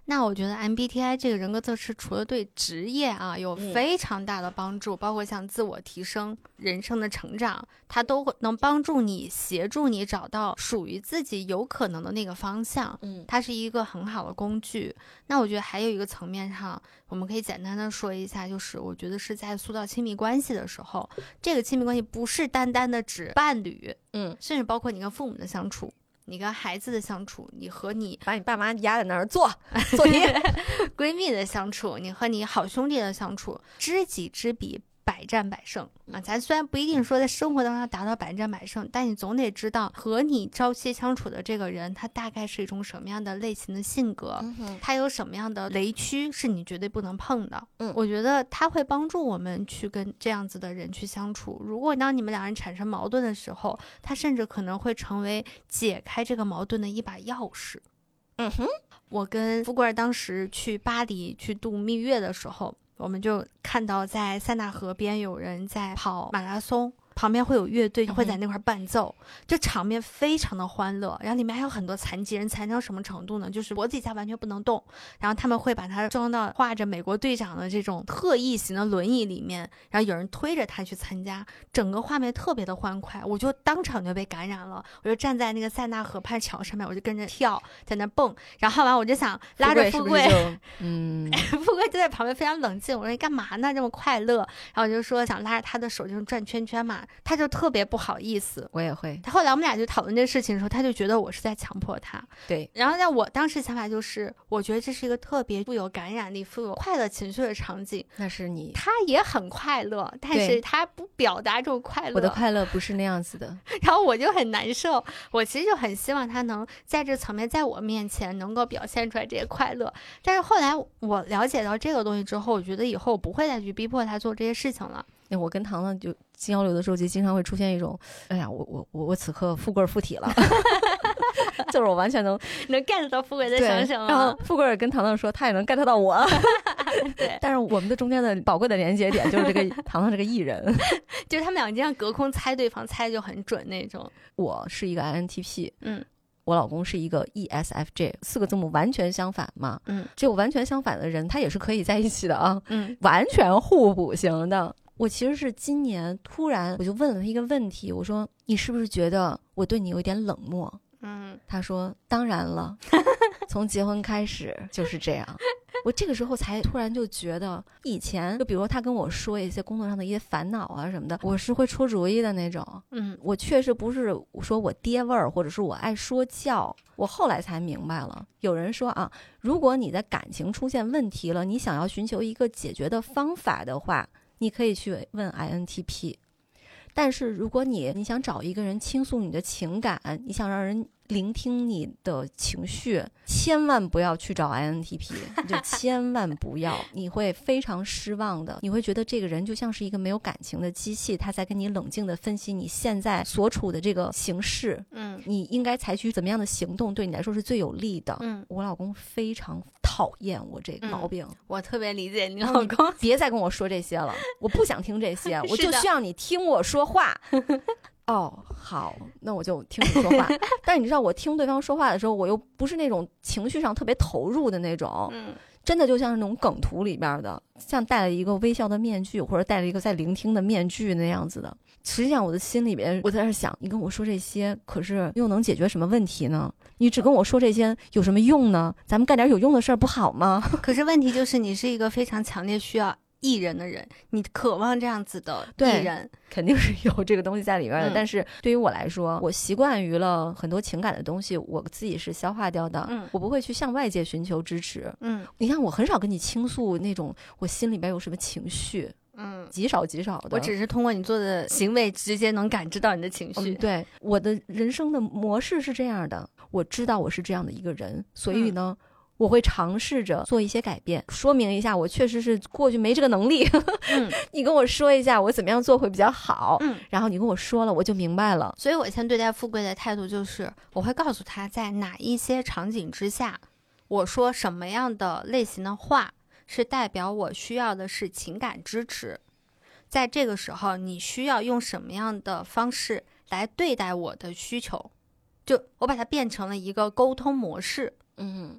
那我觉得 M B T I 这个人格测试除了对职业啊有非常大的帮助，嗯、包括像自我提升、人生的成长，它都能帮助你、协助你找到属于自己有可能的那个方向。 嗯， 它是一个很好的工具。那我觉得还有一个层面上，我们可以简单的说一下，就是我觉得是在塑造亲密关系的时候，这个亲密关系不是单单的指伴侣， 嗯， 甚至包括你跟父母的相处。你跟孩子的相处，你和你把你爸妈压在那儿做做题， 闺蜜的相处，你和你好兄弟的相处，知己知彼，百战百胜啊！咱虽然不一定说在生活当中达到百战百胜，但你总得知道和你朝夕相处的这个人，他大概是一种什么样的类型的性格， 嗯、 他有什么样的雷区是你绝对不能碰的。 嗯， 我觉得他会帮助我们去跟这样子的人去相处。如果当你们两人产生矛盾的时候，他甚至可能会成为解开这个矛盾的一把钥匙。 嗯哼， 我跟富贵儿当时去巴黎去度蜜月的时候，我们就看到在塞纳河边有人在跑马拉松，旁边会有乐队会在那块伴奏，这场面非常的欢乐。然后里面还有很多残疾人，残到什么程度呢？就是脖子以下完全不能动，然后他们会把他装到画着美国队长的这种特异型的轮椅里面，然后有人推着他去参加，整个画面特别的欢快，我就当场就被感染了。我就站在那个塞纳河畔桥上面，我就跟着跳，在那蹦，然后完我就想拉着富贵， 是是嗯， 富贵就在旁边非常冷静。我说你干嘛呢？这么快乐？然后我就说想拉着他的手就转圈圈嘛，他就特别不好意思。 我也会。 后来我们俩就讨论这事情的时候，他就觉得我是在强迫他。 对。 然后在我当时想法就是，我觉得这是一个特别富有感染力、富有快乐情绪的场景。 那是你。 他也很快乐，但是他不表达这种快乐。 我的快乐不是那样子的。 然后我就很难受。我其实就很希望他能在这层面，在我面前能够表现出来这些快乐。但是后来我了解到这个东西之后，我觉得以后我不会再去逼迫他做这些事情了。 我跟糖糖就交流的时候，就经常会出现一种，哎呀，我我我我此刻富贵儿附体了，就是我完全能能 get 到富贵在想什么。 然后富贵儿跟糖糖说，他也能 get 到我。 对， 但是我们的中间的宝贵的连接点就是这个糖糖这个艺人， 就是他们俩经常隔空猜对方，猜就很准那种。 我是一个 I N T P， 嗯。 我老公是一个 E S F J， 四个字母完全相反嘛， 嗯， 这个完全相反的人，他也是可以在一起的啊， 嗯， 完全互补型的。我其实是今年突然我就问了他一个问题，我说你是不是觉得我对你有点冷漠？ 嗯， 他说当然了，从结婚开始就是这样。我这个时候才突然就觉得，以前就比如说他跟我说一些工作上的一些烦恼啊什么的，我是会出主意的那种。 嗯， 我确实不是说我爹味儿，或者是我爱说教。我后来才明白了，有人说啊，如果你的感情出现问题了，你想要寻求一个解决的方法的话，你可以去问 I N T P。但是如果你你想找一个人倾诉你的情感，你想让人聆听你的情绪，千万不要去找 I N T P， 你就千万不要，你会非常失望的。你会觉得这个人就像是一个没有感情的机器，他在跟你冷静的分析你现在所处的这个形势， 嗯， 你应该采取怎么样的行动对你来说是最有利的。 嗯， 我老公非常讨厌我这个毛病。 嗯，我特别理解你老公， 别再跟我说这些了，我不想听这些，我就需要你听我说话。哦，好，那我就听你说话。但是你知道，我听对方说话的时候，我又不是那种情绪上特别投入的那种， 嗯， 真的就像是那种梗图里边的，像戴了一个微笑的面具，或者戴了一个在聆听的面具那样子的。实际上我的心里边，我在那想，你跟我说这些，可是又能解决什么问题呢？你只跟我说这些有什么用呢？咱们干点有用的事儿不好吗？ 可是问题就是，你是一个非常强烈需要艺人的人，你渴望这样子的艺人， 肯定是有这个东西在里边的。 嗯， 但是对于我来说，我习惯于了很多情感的东西，我自己是消化掉的。 嗯， 我不会去向外界寻求支持。 嗯， 你看，我很少跟你倾诉那种我心里边有什么情绪。 嗯， 极少极少的。 我只是通过你做的行为直接能感知到你的情绪。 嗯，对，我的人生的模式是这样的，我知道我是这样的一个人，所以呢，嗯，我会尝试着做一些改变，说明一下我确实是过去没这个能力。 嗯， 你跟我说一下我怎么样做会比较好。 嗯， 然后你跟我说了，我就明白了。 所以我现在对待富贵的态度就是，我会告诉他在哪一些场景之下，我说什么样的类型的话是代表我需要的是情感支持，在这个时候你需要用什么样的方式来对待我的需求，就我把它变成了一个沟通模式。 嗯，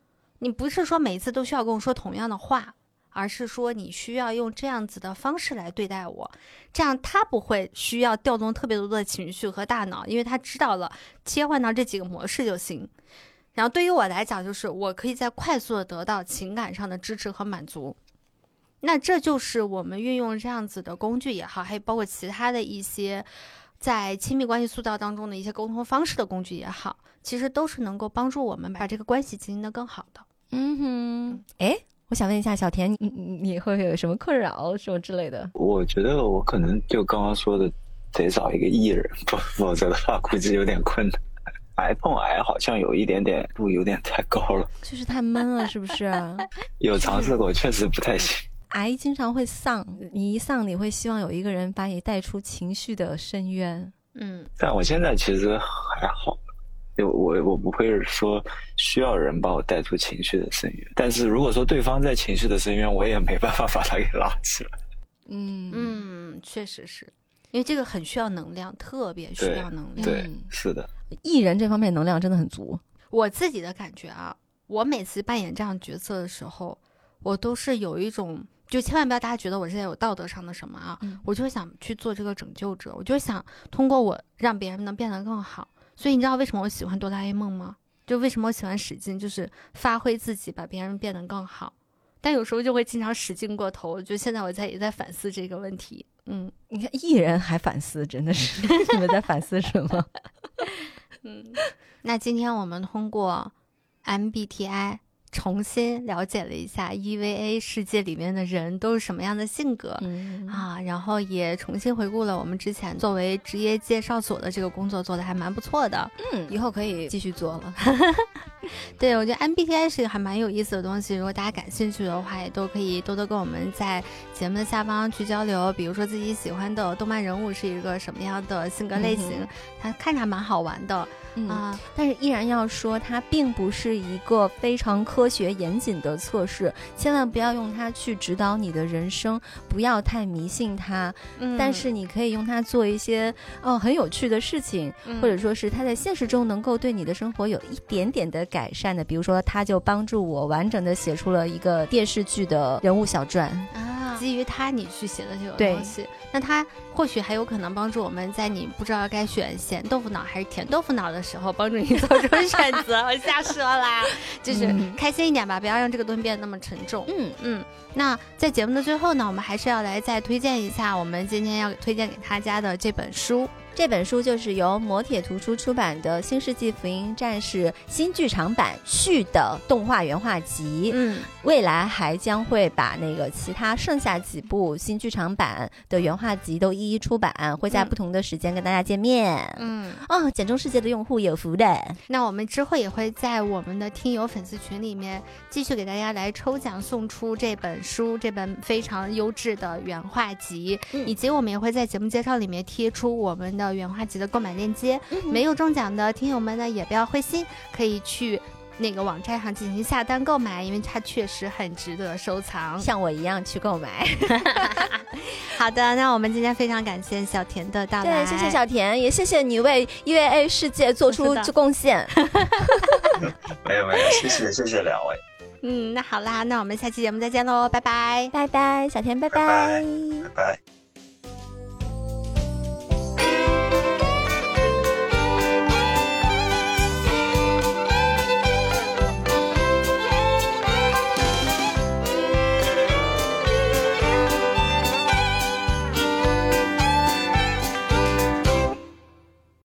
你不是说每一次都需要跟我说同样的话，而是说你需要用这样子的方式来对待我，这样他不会需要调动特别多的情绪和大脑，因为他知道了切换到这几个模式就行。然后对于我来讲，就是我可以在快速的得到情感上的支持和满足。那这就是我们运用这样子的工具也好，还有包括其他的一些在亲密关系塑造当中的一些沟通方式的工具也好，其实都是能够帮助我们把这个关系经营得更好的。 嗯哼，哎，我想问一下小田，你你会有什么困扰什么之类的？ 我觉得我可能就刚刚说的，得找一个艺人，否否则的话估计有点困难。癌碰癌好像有一点点度有点太高了， 就是太闷了，是不是？ 有尝试过，确实不太行。 癌经常会丧，你一丧，你会希望有一个人把你带出情绪的深渊。 嗯， 但我现在其实还好，我我我不会说需要人把我带出情绪的深渊，但是如果说对方在情绪的深渊，我也没办法把他给拉起来。 嗯嗯，确实是因为这个很需要能量，特别需要能量。 对，对是的。 艺人这方面能量真的很足。 我自己的感觉啊，我每次扮演这样角色的时候，我都是有一种，就千万不要大家觉得我现在有道德上的什么啊，嗯、我就想去做这个拯救者，我就想通过我让别人能变得更好。所以你知道为什么我喜欢哆啦 A 梦吗？就为什么我喜欢使劲，就是发挥自己，把别人变得更好。但有时候就会经常使劲过头，就现在我在也在反思这个问题。嗯， 你看艺人还反思，真的是你们在反思什么？ 嗯，那今天我们通过 M B T I 重新了解了一下 E V A 世界里面的人都是什么样的性格、嗯、啊，然后也重新回顾了我们之前作为职业介绍所的这个工作做的还蛮不错的。 嗯，以后可以继续做了。 对，我觉得 M B T I 是一个还蛮有意思的东西，如果大家感兴趣的话，也都可以多多跟我们在节目的下方去交流，比如说自己喜欢的动漫人物是一个什么样的性格类型，嗯、它看着还蛮好玩的。 嗯啊，但是依然要说，它并不是一个非常科学严谨的测试，千万不要用它去指导你的人生，不要太迷信它。嗯，但是你可以用它做一些哦很有趣的事情，嗯、或者说是它在现实中能够对你的生活有一点点的改善的。比如说，它就帮助我完整的写出了一个电视剧的人物小传啊，基于它你去写的这个东西，那它或许还有可能帮助我们在你不知道该选咸豆腐脑还是甜豆腐脑的时候，帮助你做出选择。我瞎说啦，就是开心一点吧，不要让这个东西变得那么沉重。嗯嗯。那在节目的最后呢，我们还是要来再推荐一下我们今天要推荐给大家的这本书。 这本书就是由磨铁图书出版的《新世纪福音战士》新剧场版续的动画原画集。嗯，未来还将会把那个其他剩下几部新剧场版的原画集都一一出版，会在不同的时间跟大家见面。嗯，哦，简中世界的用户有福的。 那我们之后也会在我们的听友粉丝群里面继续给大家来抽奖，送出这本书，这本非常优质的原画集，嗯、以及我们也会在节目介绍里面贴出我们的原画集的购买链接。嗯、没有中奖的听友们呢，也不要灰心，可以去那个网站上进行下单购买，因为它确实很值得收藏， 像我一样去购买。 好的，那我们今天非常感谢小田的到来。 对，谢谢小田，也谢谢你为 E V A 世界做出贡献。 没有没有，谢谢谢谢两位。 嗯，那好啦，那我们下期节目再见喽，拜拜， 拜拜，小田，拜拜拜，拜拜。